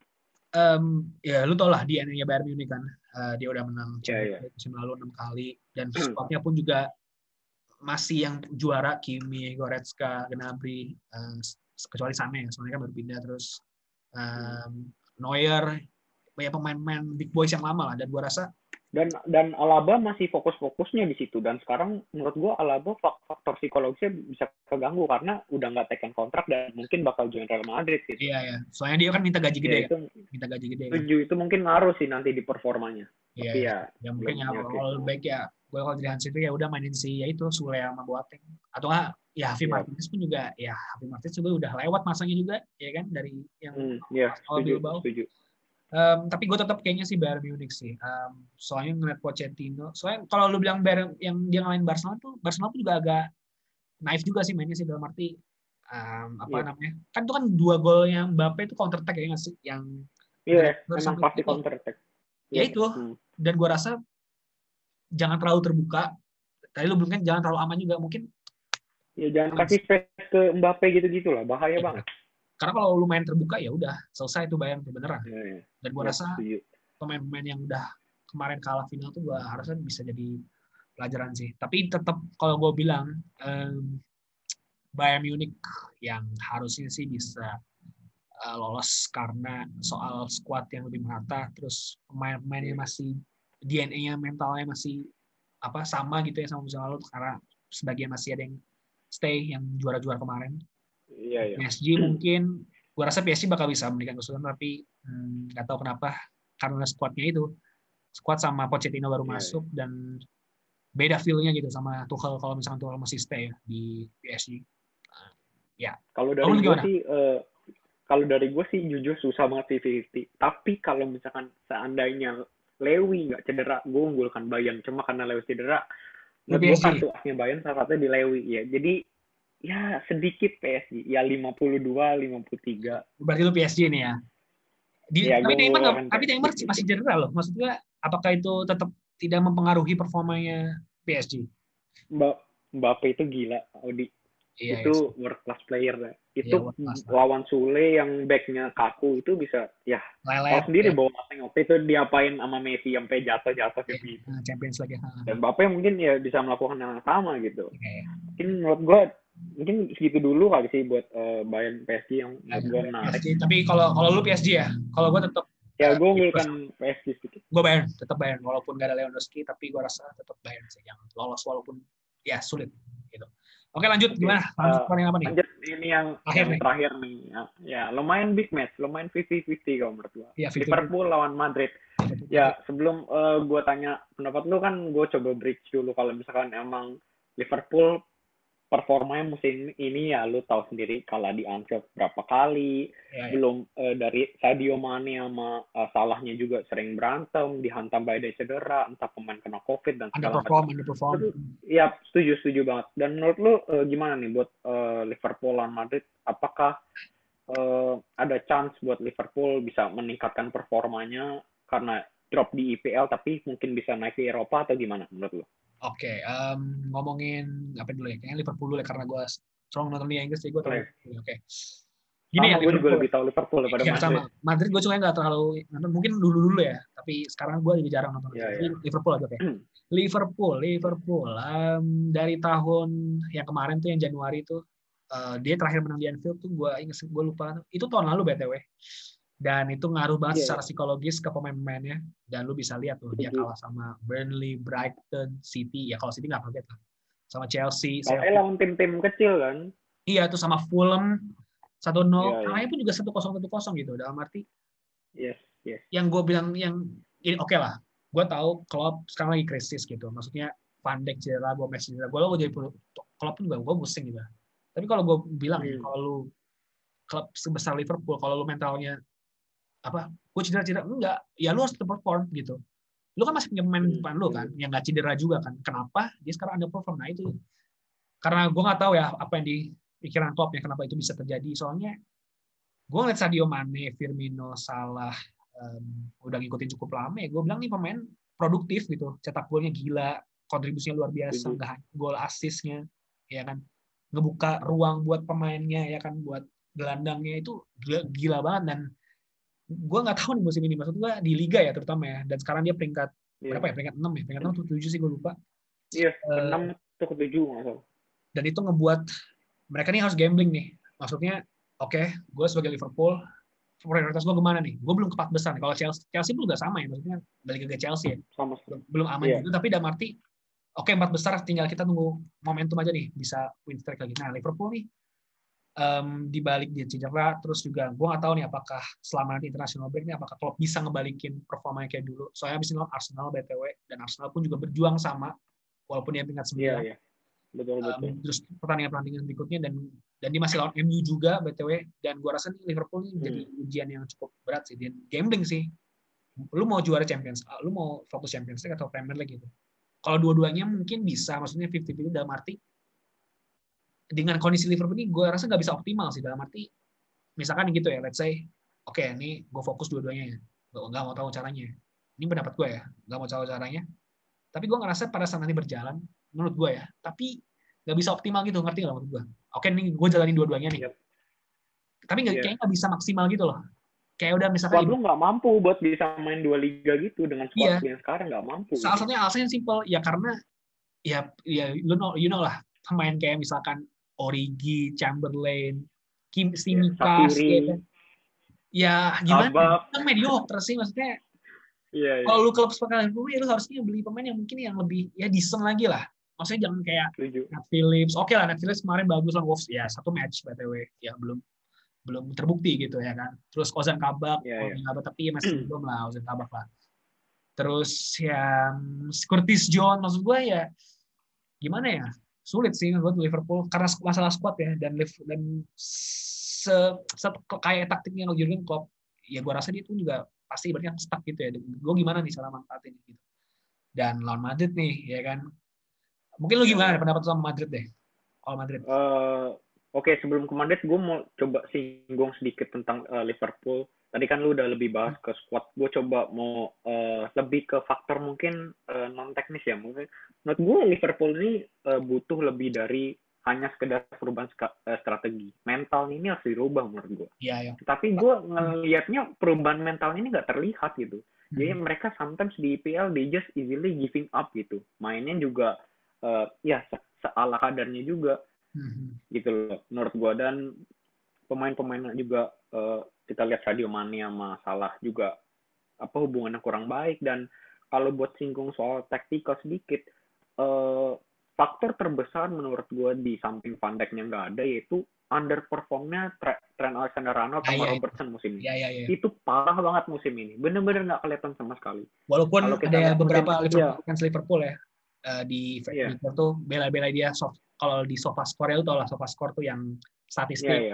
ya lu tau lah DNA-nya Bayern Munich kan, dia udah menang Champions League musim lalu 6 kali, dan squad-nya pun juga masih yang juara, Kimi, Goretzka, Gnabry, kecuali Sané, Sané kan baru pindah, terus Neuer, banyak pemain-pemain big boys yang lama lah, dan gua rasa dan Alaba masih fokus-fokusnya di situ, dan sekarang menurut gua Alaba faktor psikologisnya bisa keganggu karena udah nggak tekan kontrak dan mungkin bakal join Real Madrid gitu. Iya. Soalnya dia kan minta gaji gede ya. Minta gaji gede. Setuju, itu mungkin ngaruh sih nanti di performanya. Iya. Ya mungkin ya kalau baik ya gue kalau dari Hans itu ya udah mainin si ya itu Sule sama Boateng. Atau enggak ya Javi Martinez pun juga, ya Javi Martinez juga udah lewat masanya juga ya kan dari yang setuju. Tapi gue tetap kayaknya sih Bayern Munich sih. Soalnya ngeliat Pochettino. Soalnya kalau lu bilang Bayern yang dia ngalahin Barcelona pun juga agak naif juga sih mainnya sih, dalam arti namanya? Kan itu kan 2 golnya Mbappe itu counter attack ya nggak sih? Yang memang pasti counter attack. Ya itu. Dan gue rasa jangan terlalu terbuka. Tadi lu bilang kan jangan terlalu aman juga mungkin. Ya jangan kasih space ke Mbappe gitu-gitu lah, bahaya banget. Karena kalau lu main terbuka ya udah selesai itu Bayern tuh beneran. Dan gue rasa pemain-pemain yang udah kemarin kalah final tuh gue harusnya bisa jadi pelajaran sih. Tapi tetap kalau gue bilang Bayern Munich yang harusnya sih bisa lolos karena soal squad yang lebih merata, terus pemain-pemainnya masih DNA-nya, mentalnya masih sama gitu ya sama musim lalu, karena sebagian masih ada yang stay yang juara-juara kemarin. Iya. PSG mungkin, gue rasa PSG bakal bisa memberikan kesulitan, tapi nggak tahu kenapa karena squad-nya itu, squad sama Pochettino baru masuk dan beda feel-nya gitu sama Tuchel kalau misalkan Tuchel masih stay ya di PSG. Kalau dari gue sih jujur susah banget 50-50. Tapi kalau misalkan seandainya Lewy nggak cedera, gue unggulkan Bayern. Cuma karena Lewy cedera, menurut gue kartu asnya Bayern salah satunya di Lewy ya. Jadi ya sedikit PSG, ya 52-53. Berarti lu PSG nih ya. Tapi Neymar masih cedera loh. Maksudnya apakah itu tetap tidak mempengaruhi performanya PSG? Mbappe itu gila, Audi. Itu world class player lah. Itu lawan Sule yang backnya kaku itu bisa tahu sendiri bahwa waktu itu diapain sama Messi sampai jatuh gitu. Champions League. Dan Mbappe mungkin ya bisa melakukan yang sama gitu. Mungkin menurut gue mungkin segitu dulu kali sih buat Bayern PSG yang menurut gue menarik. Tapi kalau lu PSG ya, kalau gue tetap gue unggulkan PSG sedikit. Gue Bayern, tetap Bayern walaupun gak ada Lewandowski, tapi gue rasa tetap Bayern sih yang lolos walaupun ya sulit gitu. Oke, lanjut gimana? Lanjut apa nih? Lanjut ini yang terakhir nih. Ya, lumayan big match, lumayan 50-50 kalau menurut gue. Liverpool lawan Madrid. Ya, sebelum gue tanya pendapat lu kan gue coba bridge dulu kalau misalkan emang Liverpool performanya musim ini ya lu tahu sendiri kalah di Anfield berapa kali, belum dari Sadio Mane sama Salahnya juga sering berantem, dihantam badai cedera, entah pemain kena COVID dan segala macam. Underperform. Iya, setuju banget. Dan menurut lu gimana nih buat Liverpool lawan Madrid? Apakah ada chance buat Liverpool bisa meningkatkan performanya karena drop di IPL tapi mungkin bisa naik di Eropa atau gimana menurut lu? Oke, ngomongin apa dulu ya? Kayaknya Liverpool dulu ya, karena gue strong nonton Liga Inggris, jadi gue tahu. Oke. Gini ya, gue juga lebih tahu Liverpool daripada Madrid. Sama. Madrid gue cuma nggak terlalu nonton, mungkin dulu ya. Tapi sekarang gue lebih jarang nonton. Jadi Liverpool aja kayak. Liverpool. Dari tahun yang kemarin tuh yang Januari tuh, dia terakhir menang di Anfield tuh gue lupa. Itu tahun lalu BTW. Dan itu ngaruh banget secara psikologis ke pemain-pemainnya. Dan lu bisa lihat tuh, dia kalah sama Burnley, Brighton, City. Ya kalau City nggak kaget lah. Sama Chelsea. Kalahnya lawan tim-tim kecil kan? Iya, tuh sama Fulham 1-0. Kalahnya pun juga 1-0 gitu. Dalam arti, yang gue bilang, oke lah. Gue tahu Klopp sekarang lagi krisis gitu. Maksudnya Van Dijk cedera, Gomez cedera. Gue jadi Klopp pun juga gue pusing gitu. Tapi kalau gue bilang, kalau lu klub sebesar Liverpool, kalau lu mentalnya gue cedera enggak, ya lu harus perform gitu. Lu kan masih punya pemain depan lu kan yang nggak cedera juga kan, kenapa dia sekarang underperform? Nah itu karena gue nggak tahu ya apa yang di pikiran Klopp ya kenapa itu bisa terjadi. Soalnya gue ngeliat Sadio Mane, Firmino, Salah udah ngikutin cukup lama ya, gue bilang nih pemain produktif gitu, cetak golnya gila, kontribusinya luar biasa, gol asisnya ya kan. ngebuka ruang buat pemainnya ya kan, buat gelandangnya itu gila banget. Dan gue nggak tahu nih musim ini, maksud gue di liga ya terutama ya, dan sekarang dia peringkat berapa ya, peringkat 6 ya, peringkat 6 atau 7 sih gue lupa. Iya, 6 atau ke 7 nggak salah. Dan itu ngebuat mereka nih harus gambling nih, maksudnya oke, gue sebagai Liverpool prioritas gue kemana nih, gue belum ke 4 besar. Kalau Chelsea pun juga sama ya, maksudnya balik ke Chelsea ya, Sama belum aman juga, tapi dalam arti oke, 4 besar tinggal kita tunggu momentum aja nih bisa win streak lagi. Nah Liverpool nih di balik dia cedera, terus juga gue nggak tahu nih apakah selama nanti international break ini apakah Klopp bisa ngebalikin performanya kayak dulu. Soalnya habis ini lawan Arsenal BTW, dan Arsenal pun juga berjuang sama walaupun dia peringkat 9. Iya. Betul. Terus pertandingan berikutnya dan dia masih lawan MU juga BTW, dan gue rasa nih Liverpool ini menjadi ujian yang cukup berat sih, dan gambling sih. Lu mau juara Champions, lu mau fokus Champions League atau Premier League gitu. Kalau dua-duanya mungkin bisa, maksudnya 50-50 dalam arti dengan kondisi Liverpool ini gue rasa nggak bisa optimal sih, dalam arti misalkan gitu ya, let's say oke, ini gue fokus dua-duanya ya, nggak mau tahu caranya, ini pendapat gue ya, nggak mau tahu caranya, tapi gue ngerasa pada saat nanti berjalan menurut gue ya, tapi nggak bisa optimal gitu, ngerti nggak menurut gue? Oke, nih gue jalanin dua-duanya nih, tapi kayaknya nggak bisa maksimal gitu loh, kayak udah misalkan squad lu nggak mampu buat bisa main 2 liga gitu dengan squad yang sekarang, nggak mampu. Salah satunya alasannya simple ya, karena ya you know lah, pemain kayak misalkan Origi, Chamberlain, Kim Tsimikas, ya gimana? Kan mediocre sih, maksudnya. Kalau lu klub sepak bola, lu harusnya beli pemain yang mungkin yang lebih ya decent lagi lah. Maksudnya jangan kayak Nat Phillips. Oke lah, Nat Phillips kemarin bagus lah Wolves ya, 1 match BTW ya, belum terbukti gitu ya kan. Terus Ozan Kabak, tapi masih belum lah Ozan Kabak lah. Terus ya Curtis Jones, maksud gue ya gimana ya, sulit sih buat Liverpool karena masalah squad ya, dan kayak taktiknya Jurgen Klopp ya, gue rasa dia itu juga pasti banyak stuck gitu ya, gue gimana nih cara manfaatin gitu. Dan lawan Madrid nih ya kan, mungkin lu gimana pendapat sama Madrid deh, kalau Madrid? Oke, sebelum ke Madrid gue mau coba singgung sedikit tentang Liverpool. Tadi kan lu udah lebih bahas ke squad, gue coba mau lebih ke faktor mungkin non teknis ya. Mungkin menurut gue Liverpool ini butuh lebih dari hanya sekedar perubahan strategi. Mental ini harus dirubah menurut gue. Iya. Tapi gue ngelihatnya perubahan mental ini nggak terlihat gitu. Jadi mereka sometimes di IPL they just easily giving up gitu. Mainnya juga ya seala kadarnya juga gitu loh menurut gue. Dan pemain-pemainnya juga kita lihat Sadio Mane sama Salah juga hubungannya kurang baik. Dan kalau buat singgung soal taktikal sedikit, faktor terbesar menurut gue di samping Van Dijk-nya nggak ada, yaitu underperformnya Trent Alexander-Arnold sama Robertson musim ini. Itu parah banget musim ini, bener-bener nggak kelihatan sama sekali. Walaupun ada beberapa Liverpool ya di Twitter tuh bela-bela dia kalau di SofaScore itu lah, SofaScore tuh yang statistik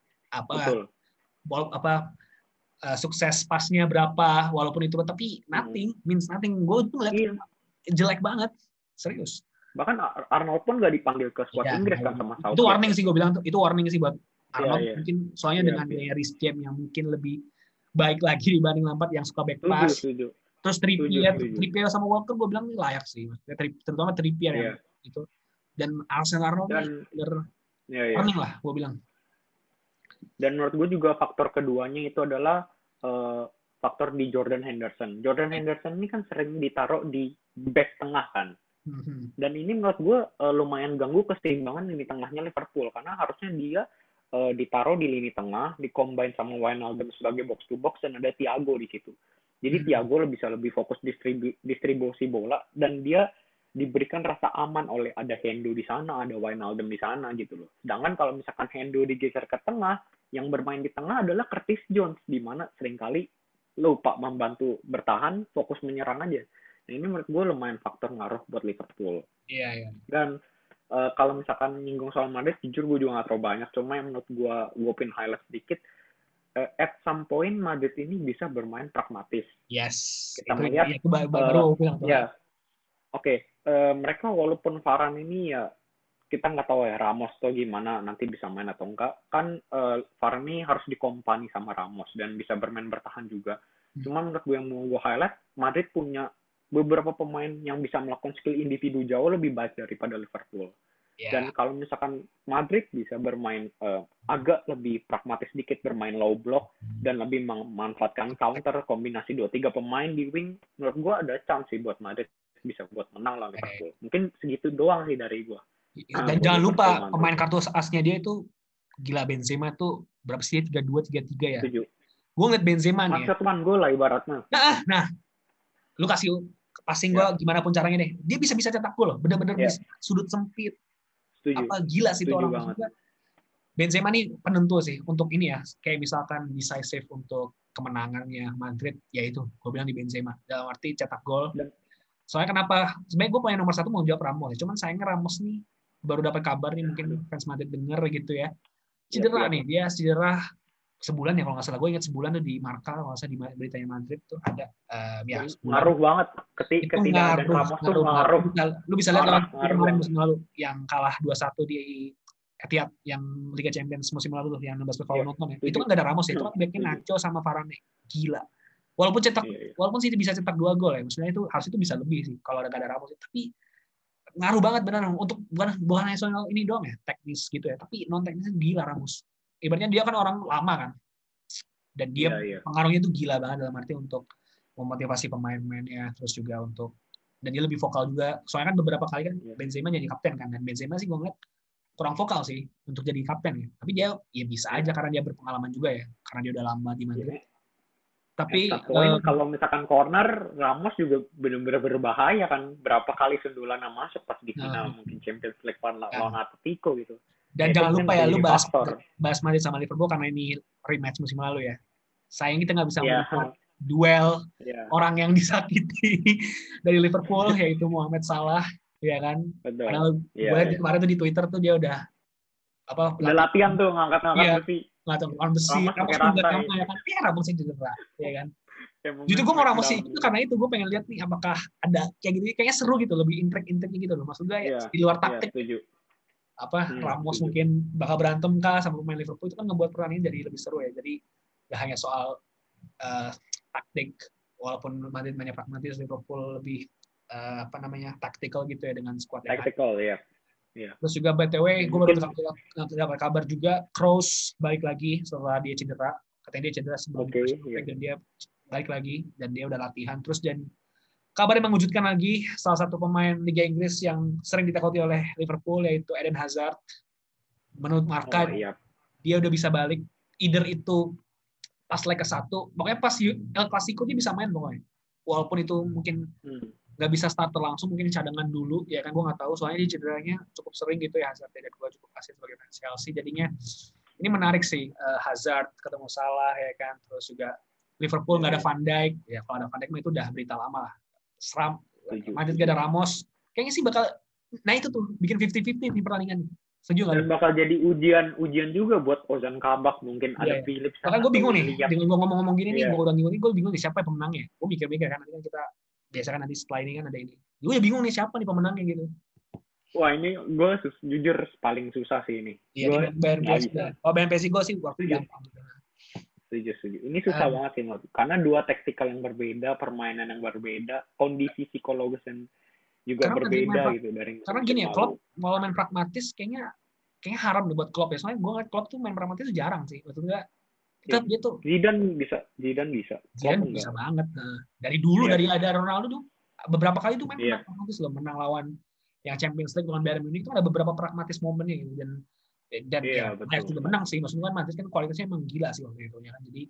sukses pasnya berapa, walaupun itu tapi means nothing. Gue tuh ngeliat jelek banget, serius. Bahkan Arnold pun nggak dipanggil ke squad Inggris kan sama Southgate. Itu warning sih, gue bilang tuh itu warning sih buat Arnold. Mungkin soalnya dengan gaya Reece James yang mungkin lebih baik lagi dibanding Lampard yang suka back pass. Terus Trippier sama Walker gue bilang ini layak sih, terutama Trippier ya itu. Dan Arnold warning lah gue bilang. Dan menurut gue juga faktor keduanya itu adalah faktor di Jordan Henderson. Jordan Henderson ini kan sering ditaruh di back tengah kan. Dan ini menurut gue lumayan ganggu keseimbangan lini tengahnya Liverpool, karena harusnya dia ditaruh di lini tengah, dicombine sama Wijnaldum sebagai box to box, dan ada Thiago di situ. Jadi Thiago bisa lebih fokus distribusi bola, dan dia diberikan rasa aman oleh ada Hendo di sana, ada Wijnaldum di sana gitu loh. Sedangkan kalau misalkan Hendo digeser ke tengah, yang bermain di tengah adalah Curtis Jones, di mana seringkali lupa membantu bertahan, fokus menyerang aja. Nah, ini menurut gue lumayan faktor ngaruh buat Liverpool. Iya. Dan kalau misalkan nyinggung soal Madrid, jujur gue juga nggak terlalu banyak. Cuma yang menurut gue pin highlight sedikit, at some point Madrid ini bisa bermain pragmatis. Yes. Kita melihat. Baru bilang. Mereka walaupun Varane ini ya kita nggak tahu ya Ramos tuh gimana nanti bisa main atau enggak. Kan Varane harus dikompani sama Ramos dan bisa bermain bertahan juga. Cuma menurut gue yang mau gue highlight, Madrid punya beberapa pemain yang bisa melakukan skill individu jauh lebih baik daripada Liverpool. Dan kalau misalkan Madrid bisa bermain agak lebih pragmatis sedikit, bermain low block dan lebih memanfaatkan counter kombinasi 2-3 pemain di wing, menurut gue ada chance sih buat Madrid bisa buat menang lawan Liverpool. Mungkin segitu doang sih dari gue. Dan jangan lupa pemain kartu asnya dia itu gila, Benzema tuh berapa sih? 32, 33 ya. Setuju. Gue ngeliat Benzema nih. Maksud gue lah ibaratnya. Nah, lu kasih passing gue gimana pun caranya deh. Dia bisa cetak gol loh. Bener-bener bisa sudut sempit. Setuju. Apa gila sih itu orang. Benzema nih penentu sih untuk ini ya. Kayak misalkan decisive untuk kemenangannya Madrid, yaitu gue bilang di Benzema. Dalam arti cetak gol. Soalnya kenapa? Sebenarnya gue pengen nomor 1 mau jawab Ramos. Cuman sayangnya Ramos nih baru dapat kabar nih, mungkin fans Madrid denger gitu ya. Cedera nih, dia cedera sebulan ya kalau nggak salah. Gue ingat sebulan tuh di Marca, kalau nggak salah di beritanya Madrid tuh ada ngaruh banget ketika tidak ada Ramos tuh ngaruh. Lu bisa lihat kemarin musim lalu yang kalah 2-1 di Etihad yang Liga Champions musim lalu tuh yang 16 kalau nonton ya. Itu kan nggak ada Ramos ya, itu kan backnya Nacho sama Varane. Gila. Walaupun City bisa cetak 2 gol ya, maksudnya itu harus itu bisa lebih sih kalau ada Ramos. Tapi ngaruh banget benar untuk bukan nasional ini doang ya, teknis gitu ya, tapi non teknisnya gila Ramos. Ibaratnya dia kan orang lama kan, dan dia pengaruhnya tuh gila banget dalam arti untuk memotivasi pemain-pemainnya, terus juga untuk, dan dia lebih vokal juga. Soalnya kan beberapa kali kan Benzema jadi kapten kan, dan Benzema sih gue ngeliat kurang vokal sih untuk jadi kapten ya. Tapi dia ya bisa aja karena dia berpengalaman juga ya, karena dia udah lama di Madrid. Tapi kalau misalkan corner, Ramos juga benar-benar berbahaya kan, berapa kali sundulan masuk pas di final mungkin Champions League lawan Atletico gitu. Dan jangan lupa ya, lu bahas Madrid sama Liverpool karena ini rematch musim lalu ya. Sayang kita nggak bisa melihat duel orang yang disakiti dari Liverpool, yaitu Mohamed Salah, ya kan? Betul. Karena gue kemarin tuh di Twitter tuh dia udah udah latihan tuh ngangkat besi. Ngangkat besi. Ramos juga sama ya kan? Iya, Ramos sih cedera, ya kan? Justru gue mau Ramos sih itu karena itu gue pengen lihat nih apakah ada kayak gitu, kayaknya seru gitu, lebih intrik-intriknya gitu loh. Maksud gue di luar taktik. Ramos mungkin bakal berantem kah sama pemain Liverpool, itu kan ngebuat pertandingan jadi lebih seru ya. Jadi gak hanya soal taktik, walaupun Madrid banyak pragmatis, Liverpool lebih taktikal gitu ya dengan squad yang taktikal ya. Terus juga BTW gue baru dapat kabar juga Kroos balik lagi setelah dia cedera. Katanya dia cedera sebelum dan dia balik lagi dan dia udah latihan terus. Dan kabar yang mengejutkan lagi, salah satu pemain Liga Inggris yang sering ditakuti oleh Liverpool yaitu Eden Hazard. Menurut Marca dia udah bisa balik, either itu pas leg ke-1, pokoknya pas El Clasico dia bisa main pokoknya. Walaupun itu mungkin nggak bisa starter langsung, mungkin cadangan dulu, ya kan, gue nggak tahu, soalnya dia cederanya cukup sering gitu ya Hazard, dan gue cukup kasih sebagai fans Chelsea, jadinya ini menarik sih, Hazard ketemu Salah, ya kan, terus juga Liverpool nggak ada Van Dijk, ya kalau ada Van Dijk itu udah berita lama lah, seram, Madrid nggak ada Ramos, kayaknya sih bakal, nah itu tuh, bikin 50-50 nih pertandingan. Setuju nggak? Dan bakal jadi ujian juga buat Ozan Kabak, mungkin ada Philips. Makanya gue bingung nih, dengan gue ngomong-ngomong gini nih, gue bingung nih siapa pemenangnya. Gue mikir-mikir kan, nanti kan kita biasa kan nanti setelah ini kan ada ini. Gue ya bingung nih siapa nih pemenangnya gitu. Wah ini gue jujur paling susah sih ini. Iya, Bayern PSG gue sih waktu gampang. Setuju. Ini susah banget sih, karena dua taktikal yang berbeda, permainan yang berbeda, kondisi psikologis yang juga karena berbeda gitu dari. Karena gini ya, Klopp mau main pragmatis kayaknya haram nih buat Klopp ya. Soalnya gue ngeliat Klopp tuh main pragmatis jarang sih. Maksudnya dia tuh Zidane bisa. Zidane bisa banget. Nah, dari dulu dari ada Ronaldo tuh beberapa kali tuh main pragmatis loh, menang lawan yang Champions League lawan Bayern Munich itu ada beberapa pragmatis momennya gitu, dan Ajax juga menang sih. Maksudnya kan Madrid kan kualitasnya emang gila sih waktu itu kan. Jadi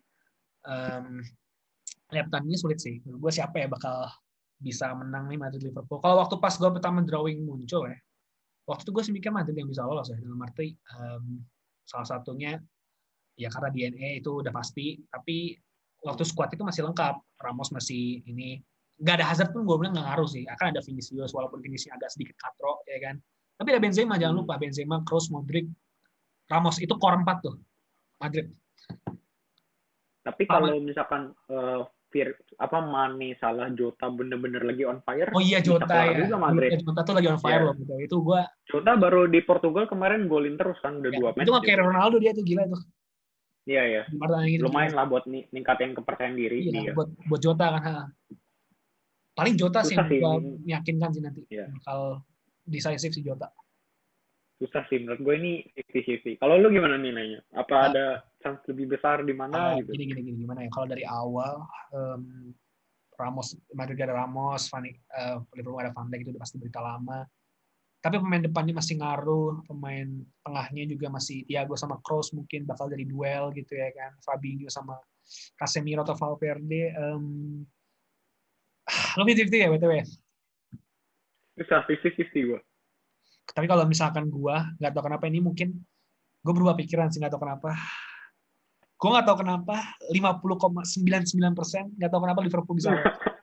lihat pertandingannya sulit sih. Menurut gue siapa ya bakal bisa menang nih Madrid Liverpool. Kalau waktu pas gue pertama drawing muncul ya, waktu itu gue mikir Madrid yang bisa lolos ya, dalam arti salah satunya ya karena DNA itu udah pasti, tapi waktu squad itu masih lengkap, Ramos masih ini, nggak ada Hazard pun gue bilang nggak ngaruh sih, akan ada Vinicius walaupun Vinicius agak sedikit katro ya kan, tapi ada Benzema, jangan lupa Benzema, Kroos, Modric, Ramos, itu core 4 tuh Madrid. Tapi kalau misalkan Mane, Salah, Jota bener-bener lagi on fire. Oh iya Jota ya. Jota tuh lagi on fire loh. Itu gua. Jota baru di Portugal kemarin golin terus kan udah 2 match. Itu mah kayak Ronaldo dia tuh gila tuh. Iya. Lumayan lah buat ningkatin kepercayaan diri dia. Buat Jota kan. Paling Jota sih yang meyakinkan sih nanti. Bakal decisive si Jota. susah sih menurut gue ini 50-50. Kalau lu gimana nilainya? Apa ada chance lebih besar di mana gitu? Gini gimana ya? Kalau dari awal Madrid ada Ramos, Liverpool ada Van Dijk, itu udah pasti berita lama. Tapi pemain depannya masih ngaruh, pemain tengahnya juga masih Thiago sama Kroos mungkin bakal jadi duel gitu ya kan. Fabinho sama Casemiro atau Valverde. Lebih 50 ya BTW. Bisa 50-50 gue. Tapi kalau misalkan gue nggak tahu kenapa ini mungkin gue berubah pikiran sih, nggak tahu kenapa. Gue nggak tahu kenapa 50,99% nggak tahu kenapa Liverpool bisa.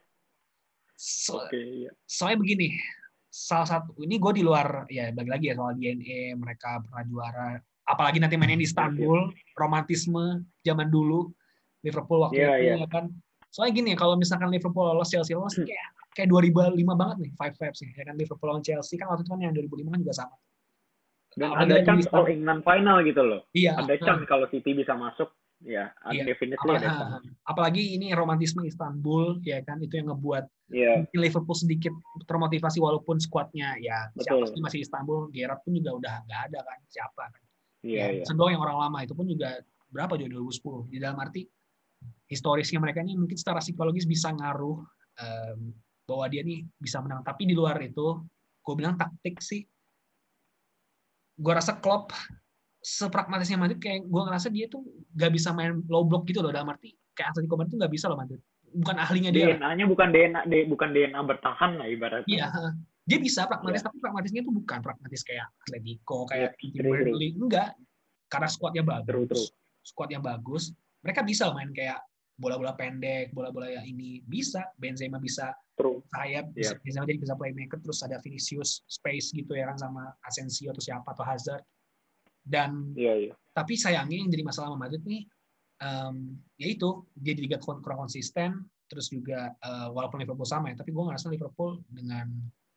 Soalnya begini, salah satu ini gue di luar ya bagi lagi ya soal DNA mereka pernah juara, apalagi nanti mainin di Istanbul, romantisme zaman dulu Liverpool waktu itu ya kan. Soalnya gini, kalau misalkan Liverpool lolos, Chelsea lolos kayak 2005 banget nih, 5-5 sih ya kan. Liverpool lawan Chelsea kan waktu itu kan yang 2005 kan juga sama. Dan ada chance all England final gitu loh. Iya. Ada chance kalau City bisa masuk. Ya, definitely ada chance. Apalagi ini romantisme Istanbul, ya kan, itu yang ngebuat Liverpool sedikit termotivasi walaupun skuadnya ya siapa sih masih Istanbul, Gerrard pun juga udah nggak ada kan, siapa kan. Sedang yang orang lama itu pun juga berapa juga 2010. Di dalam arti historisnya mereka ini mungkin secara psikologis bisa ngaruh bahwa dia nih bisa menang. Tapi di luar itu, gue bilang taktik sih. Gue rasa Klopp sepragmatisnya Madrid, kayak gue ngerasa dia tuh gak bisa main low block gitu loh, dalam arti kayak Atletico Madrid tuh gak bisa loh Madrid, bukan ahlinya dia. DNA-nya bukan DNA bertahan lah ibaratnya. Iya, dia bisa pragmatis, tapi pragmatisnya tuh bukan pragmatis kayak Atletico, kayak Burnley, enggak, karena skuadnya bagus, mereka bisa main kayak bola-bola pendek, bola-bola yang ini bisa, Benzema bisa sayap, Benzema jadi bisa playmaker, terus ada Vinicius space gitu ya kan sama Asensio atau siapa atau Hazard. Dan tapi sayangnya yang jadi masalah sama Madrid nih yaitu dia juga kurang konsisten, terus juga walaupun Liverpool sama ya, tapi gue ngerasa Liverpool dengan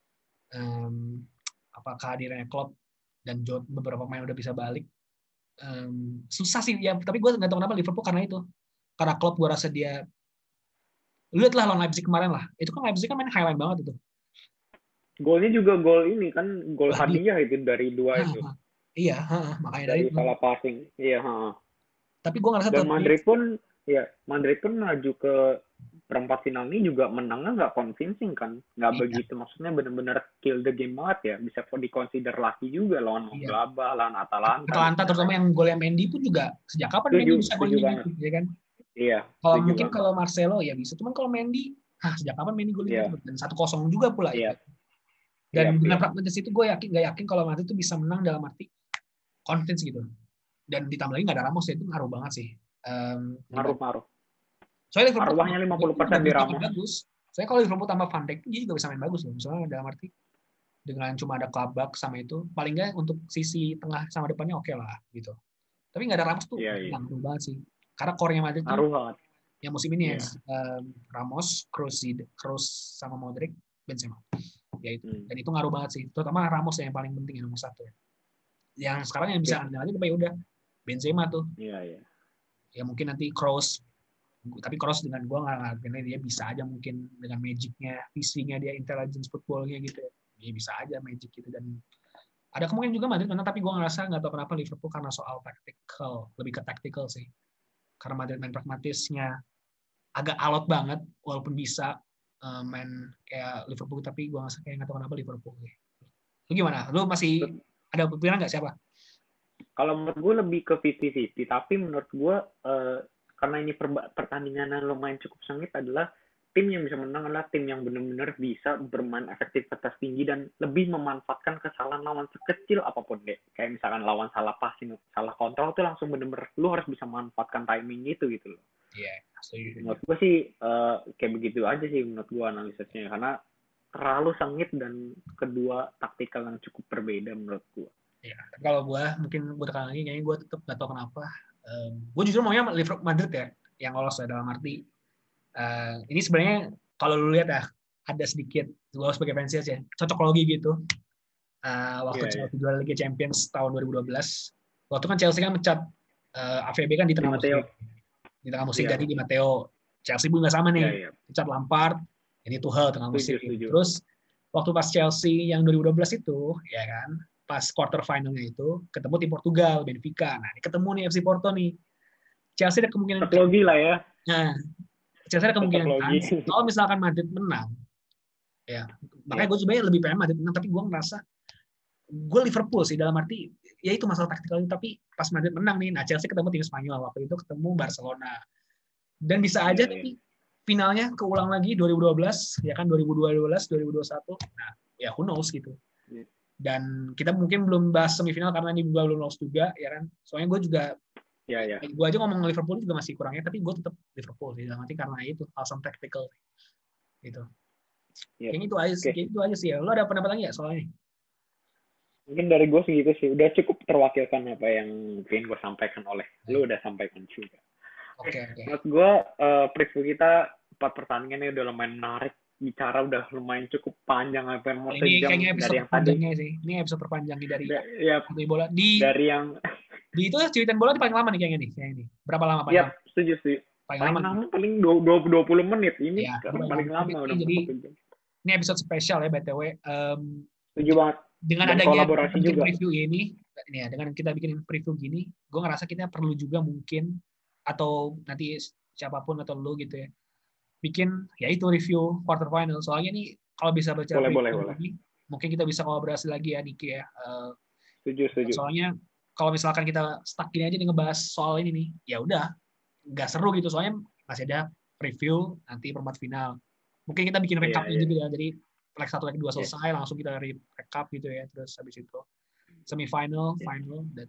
kehadirannya Klopp dan beberapa pemain udah bisa balik, susah sih ya. Tapi gue nggak tahu kenapa Liverpool, karena Klopp gue rasa dia, lihatlah lawan Leipzig kemarin lah, itu kan Leipzig kan main highlight banget itu. Golnya juga gol ini kan, gol hadiah itu dari dua itu. Iya, makanya dari salah passing. Iya, Tapi gue ngerasa dan Madrid pun maju ke perempat final ini juga menangnya nggak convincing kan, nggak begitu, maksudnya benar-benar kill the game banget ya, bisa di-consider lucky juga lawan Monglaba, lawan Atalanta terutama yang golnya Mendy pun juga, sejak kapan Mendy bisa golin gitu ya kan? Iya. Kalau mungkin kalau Marcelo ya bisa, cuman kalau Mendy, sejak kapan Mendy golin gitu? Dan 1-0 juga pula ya. Dan dengan pragmatis itu gue nggak yakin kalau Madrid itu bisa menang dalam arti confidence gitu. Dan ditambah lagi nggak ada Ramos ya, itu ngaruh banget sih. Ngaruh. Soalnya Liverpool arwahnya 50% di Ramos. Bagus. Soalnya kalau Liverpool tambah Van Dijk, dia juga bisa main bagus loh. Misalnya dalam arti dengan cuma ada Kabak sama itu, paling nggak untuk sisi tengah sama depannya oke lah gitu. Tapi nggak ada Ramos tuh ngaruh banget sih. Karena core-nya Madrid tuh yang musim ini Ramos, Kroos sama Modric, Benzema. Ya itu. Dan itu ngaruh banget sih. Terutama Ramos yang paling penting, yang nomor 1 ya. Yang sekarang yang bisa andal aja ya udah Benzema tuh. Iya. Ya mungkin nanti Kroos, tapi Kroos dengan gue nggak, dia bisa aja mungkin dengan magicnya, visinya dia, intelligence footballnya gitu, dia bisa aja magic gitu. Dan ada kemungkinan juga Madrid menang, tapi gue ngerasa nggak tahu kenapa Liverpool karena soal tactical, lebih ke tactical sih. Karena Madrid main pragmatisnya agak alot banget, walaupun bisa main kayak Liverpool, tapi gue ngerasa kayak nggak tahu kenapa Liverpool. Lu gimana? Lu masih ada pikiran nggak siapa? Kalau menurut gue lebih ke 50-50, tapi menurut gue karena ini pertandingan yang lumayan cukup sengit, adalah tim yang bisa menang adalah tim yang benar-benar bisa bermain efektivitas tinggi dan lebih memanfaatkan kesalahan lawan sekecil apapun deh. Kayak misalkan lawan salah passing, salah kontrol tuh langsung benar-benar lu harus bisa memanfaatkan timing gitu loh. Iya, setuju. Menurut gue sih kayak begitu aja sih menurut gue analisisnya, karena terlalu sengit dan kedua taktikal yang cukup berbeda menurut gue. Ya, tapi kalau gue mungkin gue tekan lagi, kayaknya gue tetap gak tahu kenapa. Gue justru maunya Liverpool Madrid ya yang lolos ya, dalam arti ini sebenarnya kalau lu lihat ada sedikit, gue sebagai fans ya, cocokologi gitu. Waktu Chelsea juara Liga Champions tahun 2012, waktu kan Chelsea kan mecat AVB kan di tengah musim, jadi Di Matteo. Chelsea pun nggak sama nih, mecat Lampard, ini Tuchel tengah musim. Terus waktu pas Chelsea yang 2012 itu, ya kan, pas quarter finalnya itu ketemu tim Portugal, Benfica. Nah, ini ketemu nih FC Porto nih. Chelsea ada kemungkinan logi lah ya. Nah, Chelsea ada kemungkinan kalau misalkan Madrid menang, ya makanya gue sebenarnya lebih pengen Madrid menang, tapi gue ngerasa gue Liverpool sih, dalam arti ya itu masalah taktikal, tapi pas Madrid menang nih, nah Chelsea ketemu tim Spanyol, waktu itu ketemu Barcelona, dan bisa aja tapi finalnya keulang lagi 2012 ya kan, 2012 2021. Nah ya who knows gitu. Dan kita mungkin belum bahas semifinal karena ini gue belum lolos juga ya kan, soalnya gue juga gue aja ngomong Liverpool juga masih kurangnya, tapi gue tetap Liverpool sih, dalam arti karena itu alasan tactical gitu. Kayaknya itu aja sih ya. Lo ada pendapat lagi ya soal ini? Mungkin dari gue segitu sih, udah cukup terwakilkan apa yang ingin gue sampaikan oleh lo, udah sampaikan juga. Oke. Menurut gue preview kita 4 pertandingan ini udah lumayan menarik, bicara udah lumayan cukup panjang, apa yang mau ini kayaknya episode terpanjangnya sih. Ini episode terpanjangnya dari bola dari yang di itu cuitan bola paling lama nih kayaknya nih. Berapa lama paling lama? Setuju sih. Paling lama paling 20 menit. Ini ya, paling lama udah. Jadi ini episode spesial ya BTW. Setuju banget. Dengan dan adanya kolaborasi juga. Preview ini ya, dengan kita bikin preview gini, gue ngerasa kita perlu juga mungkin, atau nanti siapapun atau lu gitu ya, bikin ya itu review quarter final. Soalnya nih kalau bisa baca boleh. Ini, mungkin kita bisa kolaborasi lagi ya Niki ya. Setuju. Soalnya kalau misalkan kita stuck gini aja nih ngebahas soal ini nih, ya udah nggak seru gitu. Soalnya masih ada preview nanti perempat final. Mungkin kita bikin recap gitu ya. Jadi leg 1 leg 2 selesai langsung kita recap gitu ya. Terus habis itu semifinal, final, dan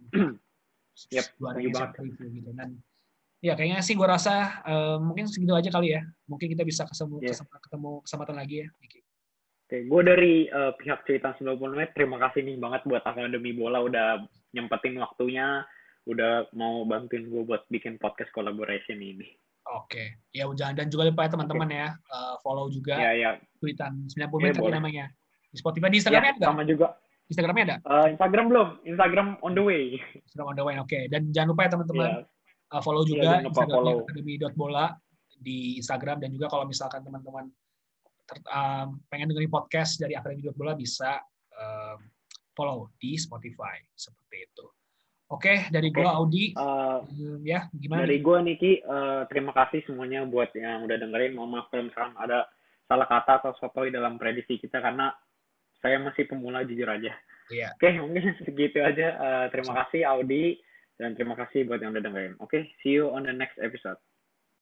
juaranya preview gitu. Dan ya kayaknya sih gue rasa mungkin segitu aja kali ya. Mungkin kita bisa ketemu kesempatan lagi ya, Niki. Oke, gue dari pihak Cuitan 90 menit, terima kasih nih banget buat Akademi Bola udah nyempetin waktunya, udah mau bantuin gue buat bikin podcast collaboration ini. Oke, ya dan juga lupa ya teman-teman ya, follow juga Cuitan 90 menit tadi namanya. Di Spotify, di Instagramnya ada? Sama juga. Instagramnya ada? Instagram belum, Instagram on the way. Instagram on the way, oke. Dan jangan lupa ya teman-teman, follow juga Instagramnya akademi.bola di Instagram, dan juga kalau misalkan teman-teman pengen dengerin podcast dari Akademi.bola bisa follow di Spotify seperti itu. Oke, dari gue Audi, ya gimana? Dari gue Niki, terima kasih semuanya buat yang udah dengerin. Mohon maaf kalau misalkan ada salah kata atau sotoy dalam prediksi kita, karena saya masih pemula jujur aja. Iya. Oke, mungkin segitu aja. Terima kasih Audi, dan terima kasih buat yang udah dengerin. Oke, see you on the next episode.